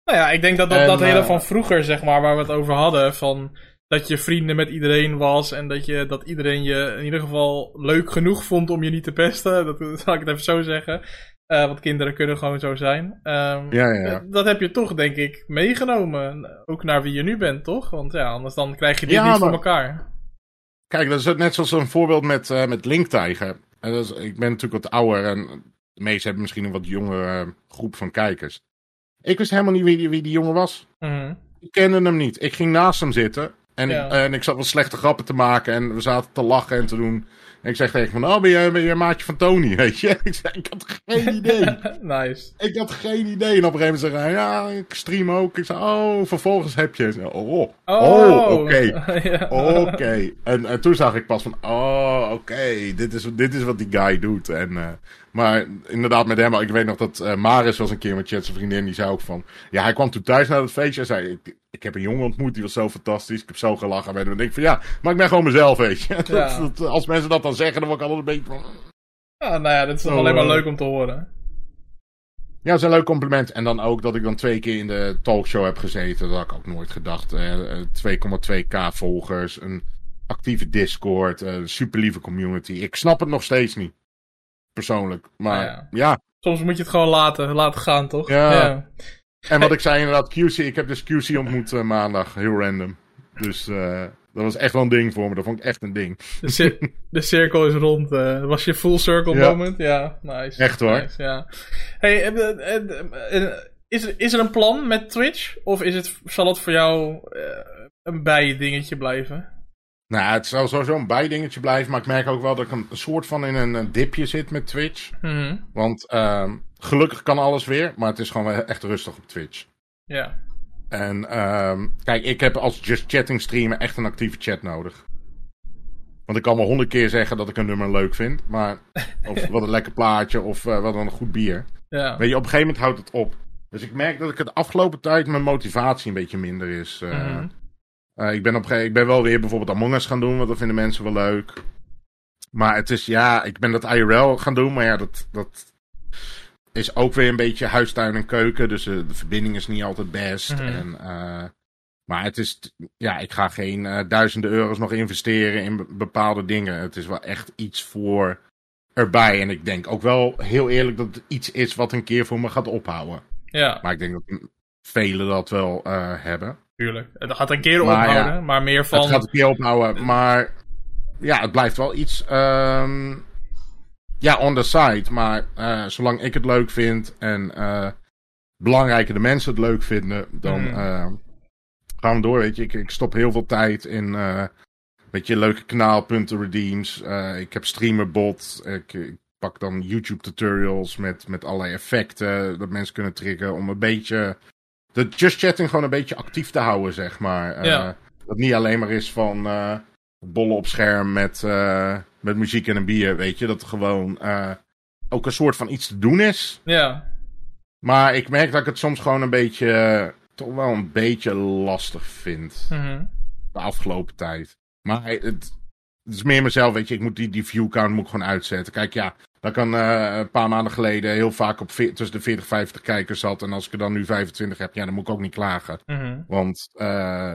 Nou ja, ik denk dat dat, En, dat hele uh, van vroeger, zeg maar, waar we het over hadden, van dat je vrienden met iedereen was en dat, je, dat iedereen je in ieder geval leuk genoeg vond om je niet te pesten. Dat zal ik het even zo zeggen. Uh, want kinderen kunnen gewoon zo zijn. Um, ja, ja. Dat heb je toch, denk ik, meegenomen. Ook naar wie je nu bent, toch? Want ja, anders dan krijg je dit ja, niet maar... voor elkaar. Kijk, dat is net zoals een voorbeeld met, uh, met Linktijger. En dat is, ik ben natuurlijk wat ouder en de meesten hebben misschien een wat jongere uh, groep van kijkers. Ik wist helemaal niet wie die, wie die jongen was. Mm-hmm. Ik kende hem niet. Ik ging naast hem zitten en, Ja. ik, uh, en ik zat wat slechte grappen te maken en we zaten te lachen en te doen. En ik zeg tegen hem, oh, ben je, ben je een maatje van Tony, weet je? Ik zei, ik had geen idee. Nice. Ik had geen idee. En op een gegeven moment zei hij, ja, ik stream ook. Ik zei, oh, vervolgens heb je... Zei, oh, oh, Oh, oké. Okay. ja. Oké. Okay. En, en toen zag ik pas van, oh, oké, okay. dit, is, dit is wat die guy doet. En, uh, maar inderdaad met hem, ik weet nog dat uh, Maris was een keer met Chat, zijn vriendin, die zei ook van... Ja, hij kwam toen thuis naar het feestje en zei... Ik, ik heb een jongen ontmoet, die was zo fantastisch. Ik heb zo gelachen met hem. En ik denk van, ja, maar ik ben gewoon mezelf, weet je. Ja. dat, dat, als mensen dat dan zeggen, dan word ik altijd een beetje van... Ja, nou ja, dat is toch Zo, alleen maar uh, leuk om te horen. Ja, dat is een leuk compliment. En dan ook dat ik dan twee keer in de talkshow heb gezeten. Dat had ik ook nooit gedacht. Uh, twee komma twee k volgers, een actieve Discord, uh, een super lieve community. Ik snap het nog steeds niet. Persoonlijk. Maar ja. ja. Soms moet je het gewoon laten, laten gaan, toch? Ja. ja. En wat ik zei inderdaad, Q C. Ik heb dus Q C ontmoet uh, maandag. Heel random. Dus uh, dat was echt wel een ding voor me. Dat vond ik echt een ding. De, cir- de cirkel is rond. Uh, was je full circle ja. moment? Ja, nice. Echt hoor. Nice, ja. Hey, uh, uh, uh, uh, is, er, is er een plan met Twitch? Of is het, zal het voor jou uh, een bijdingetje blijven? Nou, het zal sowieso een bijdingetje blijven. Maar ik merk ook wel dat ik een soort van in een, een dipje zit met Twitch. Mm-hmm. Want uh, gelukkig kan alles weer. Maar het is gewoon echt rustig op Twitch. Ja. En um, kijk, ik heb als Just Chatting streamer echt een actieve chat nodig. Want ik kan wel honderd keer zeggen dat ik een nummer leuk vind. Maar, of wat een lekker plaatje, of uh, wat een goed bier. Ja. Weet je, op een gegeven moment houdt het op. Dus ik merk dat ik de afgelopen tijd mijn motivatie een beetje minder is. Uh, Mm-hmm. uh, ik, ben op, ik ben wel weer bijvoorbeeld Among Us gaan doen, want dat vinden mensen wel leuk. Maar het is, ja, ik ben dat I R L gaan doen, maar ja, dat... dat is ook weer een beetje huistuin en keuken. Dus uh, de verbinding is niet altijd best. Mm-hmm. En, uh, maar het is... Ja, ik ga geen uh, duizenden euro's nog investeren in be- bepaalde dingen. Het is wel echt iets voor erbij. En ik denk ook wel heel eerlijk dat het iets is wat een keer voor me gaat ophouden. Ja. Maar ik denk dat velen dat wel uh, hebben. Tuurlijk. Het gaat een keer Maar ophouden, ja, maar meer van... Het gaat een keer ophouden, maar... Ja, het blijft wel iets... Um, Ja, on the side. Maar uh, zolang ik het leuk vind en uh, belangrijke de mensen het leuk vinden, dan Mm. uh, gaan we door. Weet je, ik, ik stop heel veel tijd in uh, weet je, leuke kanaalpunten, redeems. Uh, ik heb streamerbot. Ik, ik pak dan YouTube tutorials met, met allerlei effecten dat mensen kunnen triggeren om een beetje de Just Chatting gewoon een beetje actief te houden, zeg maar. Uh, Ja. Dat niet alleen maar is van uh, bollen op scherm met... Uh, Met muziek en een bier, weet je. Dat er gewoon uh, ook een soort van iets te doen is. Ja. Maar ik merk dat ik het soms gewoon een beetje... Uh, toch wel een beetje lastig vind. Mm-hmm. De afgelopen tijd. Maar het, het is meer mezelf, weet je. Ik moet die, die viewcount moet ik gewoon uitzetten. Kijk, ja. Dat kan uh, een paar maanden geleden heel vaak op ve- tussen de veertig en vijftig kijkers zat. En als ik er dan nu vijfentwintig heb, ja, dan moet ik ook niet klagen. Mm-hmm. Want... Uh,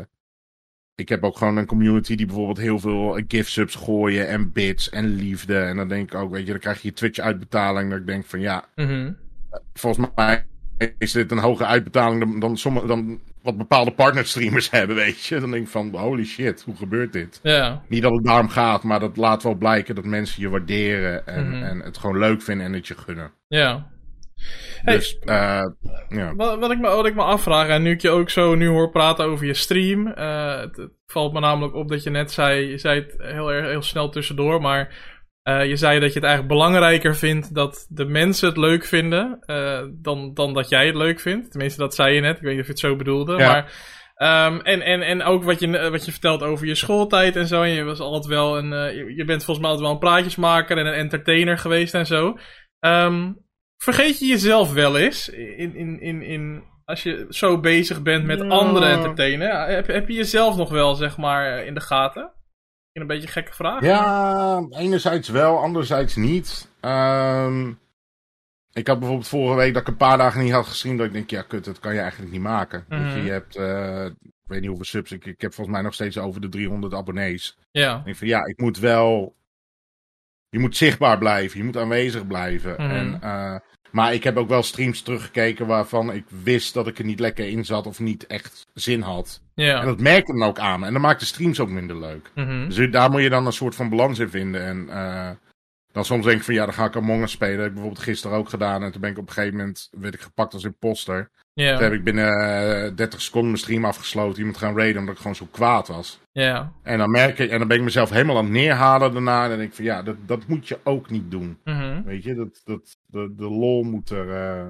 ik heb ook gewoon een community die bijvoorbeeld heel veel gift-subs gooien en bits en liefde. En dan denk ik ook, weet je, dan krijg je je Twitch-uitbetaling. Dat ik denk van ja, Mm-hmm. volgens mij is dit een hogere uitbetaling dan, dan, sommige, dan wat bepaalde partnerstreamers hebben, weet je. Dan denk ik van, holy shit, hoe gebeurt dit? Ja. Niet dat het daarom gaat, maar dat laat wel blijken dat mensen je waarderen en, Mm-hmm. en het gewoon leuk vinden en het je gunnen. Ja. Hey, Dus, uh, ja. Wat, wat, ik me, wat ik me afvraag, en nu ik je ook zo nu hoor praten over je stream, uh, het, het valt me namelijk op dat je net zei, je zei het heel, erg, heel snel tussendoor, maar uh, je zei dat je het eigenlijk belangrijker vindt dat de mensen het leuk vinden, uh, dan, dan dat jij het leuk vindt. Tenminste, dat zei je net, ik weet niet of je het zo bedoelde, Ja. maar... Um, en, en, en ook wat je, wat je vertelt over je schooltijd en zo. En je was altijd wel een. Uh, je, je bent volgens mij altijd wel een praatjesmaker en een entertainer geweest en zo. Um, vergeet je jezelf wel eens in, in, in, in, als je zo bezig bent met Ja. andere entertainen? Heb, heb je jezelf nog wel, zeg maar, in de gaten? In een beetje een gekke vraag. Ja, enerzijds wel, anderzijds niet. Um, ik had bijvoorbeeld vorige week dat ik een paar dagen niet had gestreamd. Dat ik denk, ja kut, dat kan je eigenlijk niet maken. Mm-hmm. Weet je, je hebt, uh, ik weet niet hoeveel subs, ik, ik heb volgens mij nog steeds over de driehonderd abonnees. Ja. Ik denk van, ja, ik moet wel, je moet zichtbaar blijven, je moet aanwezig blijven. Mm-hmm. En, uh, maar ik heb ook wel streams teruggekeken waarvan ik wist dat ik er niet lekker in zat of niet echt zin had. Ja. En dat merkte dan ook aan me. En dat maakt de streams ook minder leuk. Mm-hmm. Dus daar moet je dan een soort van balans in vinden. En uh, dan soms denk ik van ja, dan ga ik Among Us spelen. Dat heb ik bijvoorbeeld gisteren ook gedaan. En toen ben ik op een gegeven moment werd ik gepakt als imposter. Ja. Toen heb ik binnen uh, dertig seconden mijn stream afgesloten. Iemand gaan raiden omdat ik gewoon zo kwaad was. Ja. En dan merk ik, en dan ben ik mezelf helemaal aan het neerhalen daarna. En dan denk ik van ja, dat, dat moet je ook niet doen. Mm-hmm. Weet je, dat, dat, de, de lol moet er... Uh,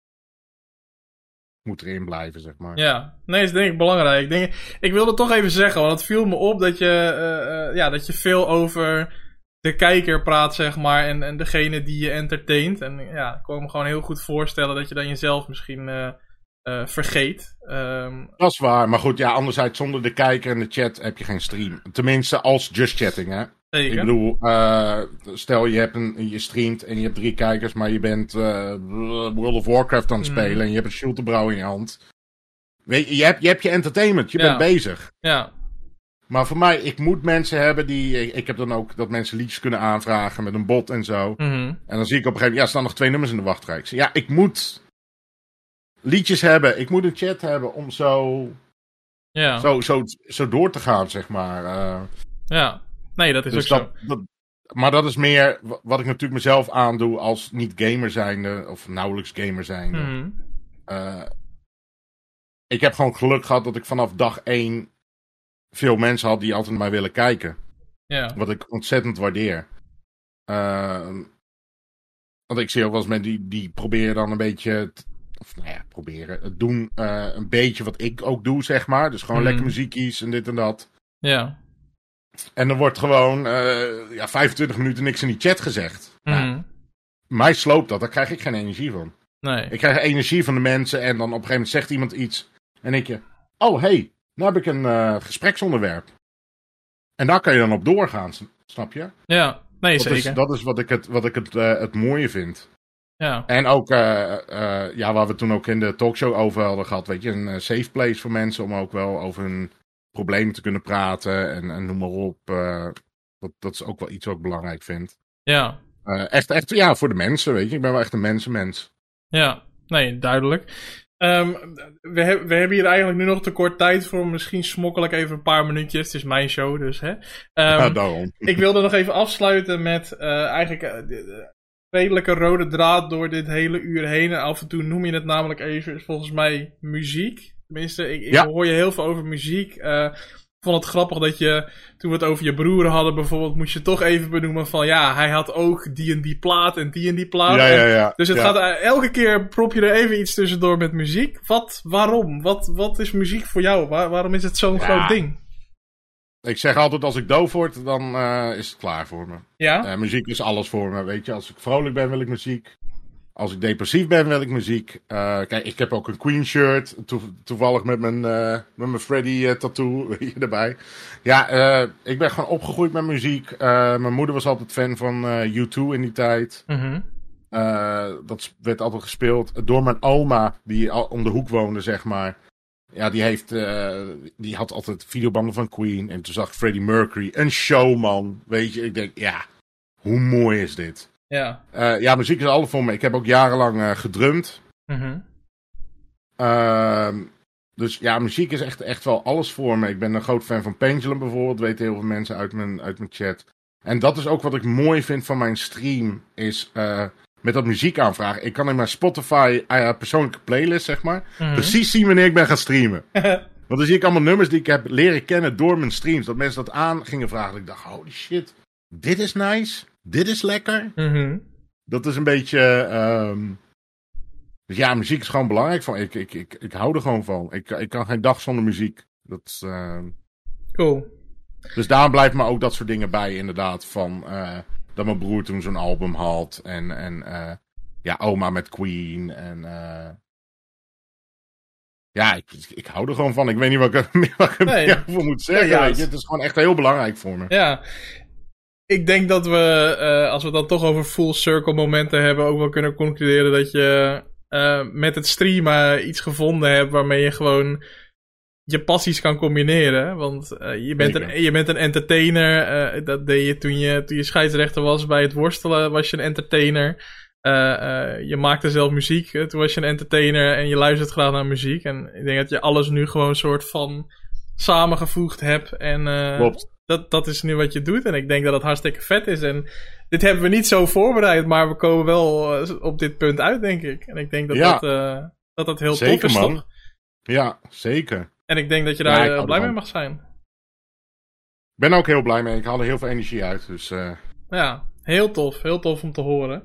moet erin blijven, zeg maar. Ja, nee, dat is denk ik belangrijk. Ik, denk, ik wilde toch even zeggen, want het viel me op dat je, uh, uh, ja, dat je veel over de kijker praat, zeg maar, en, en degene die je entertaint. En ja, ik kon me gewoon heel goed voorstellen dat je dan jezelf misschien uh, uh, vergeet. Um, dat is waar, maar goed, ja, anderzijds zonder de kijker en de chat heb je geen stream. Tenminste, als just chatting, hè. Zeker. Ik bedoel, uh, stel je, hebt een, je streamt en je hebt drie kijkers, maar je bent uh, World of Warcraft aan het spelen mm. en je hebt een schulterbrouw in je hand. Weet je, je hebt je, hebt je entertainment, je ja. bent bezig. Ja. Maar voor mij, ik moet mensen hebben die... Ik, ik heb dan ook dat mensen liedjes kunnen aanvragen met een bot en zo. Mm-hmm. En dan zie ik op een gegeven moment, ja, er staan nog twee nummers in de wachtrij. Ik zeg, ja, ik moet liedjes hebben, ik moet een chat hebben om zo, ja. zo, zo, zo door te gaan, zeg maar. Uh, ja. Nee, dat is dus ook dat, zo. Dat, maar dat is meer wat ik natuurlijk mezelf aandoe als niet-gamer zijnde, of nauwelijks gamer zijnde. Mm-hmm. Uh, ik heb gewoon geluk gehad dat ik vanaf dag één veel mensen had die altijd naar mij willen kijken. Ja. Wat ik ontzettend waardeer. Uh, want ik zie ook wel eens mensen die, die proberen dan een beetje... T- of nou ja, proberen. Het doen uh, een beetje wat ik ook doe, zeg maar. Dus gewoon mm. lekker muziekjes en dit en dat. Ja. En er wordt gewoon uh, ja, vijfentwintig minuten niks in die chat gezegd. Mm. Nou, mij sloopt dat, daar krijg ik geen energie van. Nee. Ik krijg energie van de mensen en dan op een gegeven moment zegt iemand iets. En denk je, oh hey, nou heb ik een uh, gespreksonderwerp. En daar kan je dan op doorgaan, snap je? Ja, nee dat zeker. Is, dat is wat ik het, wat ik het, uh, het mooie vind. Ja. En ook, uh, uh, ja, waar we toen ook in de talkshow over hadden gehad, weet je, een uh, safe place voor mensen om ook wel over hun problemen te kunnen praten en, en noem maar op. Uh, dat, dat is ook wel iets wat ik belangrijk vind. Ja. Uh, echt, echt, ja, voor de mensen, weet je. Ik ben wel echt een mensenmens. Ja, nee, duidelijk. Um, we, he- we hebben hier eigenlijk nu nog te kort tijd voor. Misschien smokkel ik even een paar minuutjes. Het is mijn show, dus hè. Um, ja, daarom. Ik wilde nog even afsluiten met uh, eigenlijk uh, de, de redelijke rode draad door dit hele uur heen. En af en toe noem je het namelijk even, volgens mij, muziek. Tenminste, ik, ik ja. hoor je heel veel over muziek. Uh, ik vond het grappig dat je, toen we het over je broer hadden bijvoorbeeld, moest je toch even benoemen van ja, hij had ook die en die plaat en die en die plaat. Ja, ja, ja. Dus het ja. gaat uh, elke keer prop je er even iets tussendoor met muziek. Wat, waarom? Wat, wat is muziek voor jou? Waar, waarom is het zo'n ja. groot ding? Ik zeg altijd, als ik doof word, dan uh, is het klaar voor me. Ja? Uh, muziek is alles voor me, weet je. Als ik vrolijk ben, wil ik muziek. Als ik depressief ben, wil ik muziek. Uh, kijk, ik heb ook een Queen shirt. To- toevallig met mijn, uh, met mijn Freddy uh, tattoo hier erbij. Ja, uh, ik ben gewoon opgegroeid met muziek. Uh, mijn moeder was altijd fan van uh, U twee in die tijd. Mm-hmm. Uh, dat werd altijd gespeeld door mijn oma, die al om de hoek woonde, zeg maar. Ja, die, heeft, uh, die had altijd videobanden van Queen. En toen zag ik Freddie Mercury, een showman. Weet je, ik denk, ja, hoe mooi is dit? Ja. Uh, ja, muziek is alles voor me. Ik heb ook jarenlang uh, gedrumd. Mm-hmm. Uh, dus ja, muziek is echt, echt wel alles voor me. Ik ben een groot fan van Pendulum bijvoorbeeld. Weten heel veel mensen uit mijn, uit mijn chat. En dat is ook wat ik mooi vind van mijn stream. Is uh, met dat muziek aanvragen. Ik kan in mijn Spotify uh, persoonlijke playlist, zeg maar. Mm-hmm. Precies zien wanneer ik ben gaan streamen. Want dan zie ik allemaal nummers die ik heb leren kennen door mijn streams. Dat mensen dat aan gingen vragen. Dat ik dacht, holy shit, dit is nice. Dit is lekker. Mm-hmm. Dat is een beetje... Um... Dus ja, muziek is gewoon belangrijk. Van. Ik, ik, ik, ik hou er gewoon van. Ik, ik kan geen dag zonder muziek. Dat, uh... Cool. Dus daarom blijft me ook dat soort dingen bij, inderdaad. Van uh, dat mijn broer toen zo'n album had. En, en uh, ja, oma met Queen. En uh... ja, ik, ik hou er gewoon van. Ik weet niet wat ik er meer nee. voor moet zeggen. Ja, ja, weet je. Het is gewoon echt heel belangrijk voor me. Ja. ik denk dat we, uh, als we het dan toch over full circle momenten hebben, ook wel kunnen concluderen dat je uh, met het streamen iets gevonden hebt waarmee je gewoon je passies kan combineren. Want uh, je, bent een, je bent een entertainer. Uh, dat deed je toen, je toen je scheidsrechter was bij het worstelen, was je een entertainer. Uh, uh, je maakte zelf muziek, uh, toen was je een entertainer en je luistert graag naar muziek. En ik denk dat je alles nu gewoon een soort van samengevoegd hebt. En uh, Klopt. Dat, dat is nu wat je doet. En ik denk dat het hartstikke vet is. En dit hebben we niet zo voorbereid, maar we komen wel uh, op dit punt uit, denk ik. En ik denk dat ja. dat, uh, dat, dat heel zeker, tof is, man. toch? Ja, zeker. En ik denk dat je daar ja, uh, blij mee mag zijn. Ik ben ook heel blij mee. Ik haal er heel veel energie uit. Dus, uh... Ja, heel tof. Heel tof om te horen.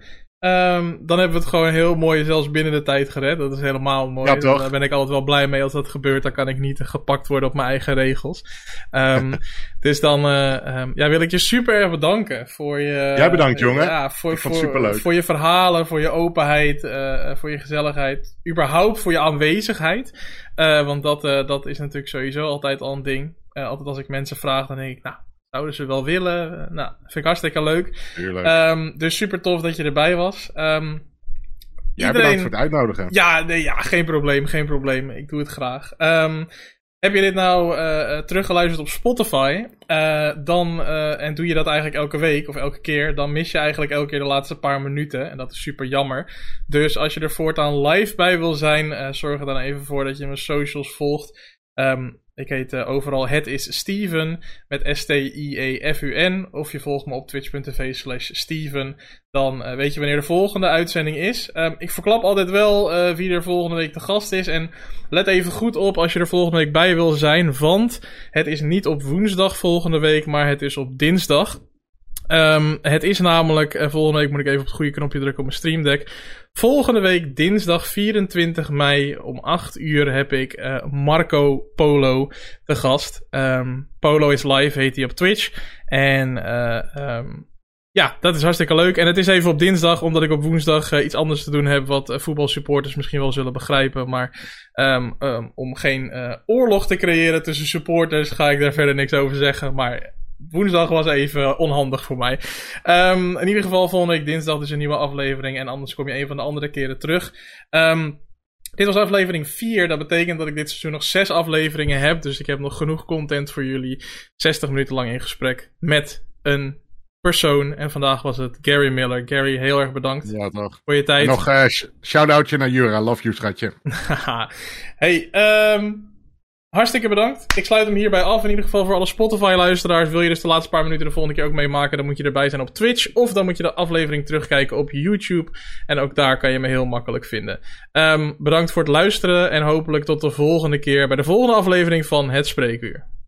Um, dan hebben we het gewoon heel mooi zelfs binnen de tijd gered. Dat is helemaal mooi. Ja, toch? Daar ben ik altijd wel blij mee als dat gebeurt. Dan kan ik niet gepakt worden op mijn eigen regels. Um, dus dan uh, um, ja, wil ik je super erg bedanken voor je... Jij bedankt, uh, jongen. Ja, voor, ik vond voor, het superleuk. voor je verhalen, voor je openheid, uh, voor je gezelligheid. Überhaupt voor je aanwezigheid. Uh, want dat, uh, dat is natuurlijk sowieso altijd al een ding. Uh, altijd als ik mensen vraag, dan denk ik... nou. Zouden ze wel willen? Nou, vind ik hartstikke leuk. Um, dus super tof dat je erbij was. Um, Jij iedereen... bedankt voor het uitnodigen. Ja, nee, ja, geen probleem, geen probleem. Ik doe het graag. Um, heb je dit nou uh, teruggeluisterd op Spotify? Uh, dan, uh, en doe je dat eigenlijk elke week of elke keer, dan mis je eigenlijk elke keer de laatste paar minuten. En dat is super jammer. Dus als je er voortaan live bij wil zijn, uh, zorg er dan even voor dat je mijn socials volgt. Um, Ik heet uh, overal Het is Steven met S T I E F U N. Of je volgt me op twitch.tv slash Steven. Dan uh, weet je wanneer de volgende uitzending is. Um, ik verklap altijd wel uh, wie er volgende week de gast is. En let even goed op als je er volgende week bij wil zijn. Want het is niet op woensdag volgende week, maar het is op dinsdag. Um, het is namelijk, uh, volgende week moet ik even op het goede knopje drukken op mijn Stream Deck. Volgende week dinsdag vierentwintig mei om acht uur heb ik uh, Marco Polo te gast. Um, Polo is live, heet hij op Twitch. En uh, um, ja, dat is hartstikke leuk. En het is even op dinsdag, omdat ik op woensdag uh, iets anders te doen heb, wat uh, voetbalsupporters misschien wel zullen begrijpen. Maar um, um, om geen uh, oorlog te creëren tussen supporters, ga ik daar verder niks over zeggen. Maar woensdag was even onhandig voor mij. Um, in ieder geval volgende week dinsdag dus een nieuwe aflevering. En anders kom je een van de andere keren terug. Um, dit was aflevering vier. Dat betekent dat ik dit seizoen nog zes afleveringen heb. Dus ik heb nog genoeg content voor jullie. zestig minuten lang in gesprek met een persoon. En vandaag was het Gary Miller. Gary, heel erg bedankt ja, toch. voor je tijd. En nog uh, sh- shout-outje naar Jura. Love you, schatje. Hey, um... hartstikke bedankt. Ik sluit hem hierbij af. In ieder geval voor alle Spotify-luisteraars. Wil je dus de laatste paar minuten de volgende keer ook meemaken, dan moet je erbij zijn op Twitch. Of dan moet je de aflevering terugkijken op YouTube. En ook daar kan je me heel makkelijk vinden. Um, bedankt voor het luisteren. En hopelijk tot de volgende keer bij de volgende aflevering van Het Spreekuur.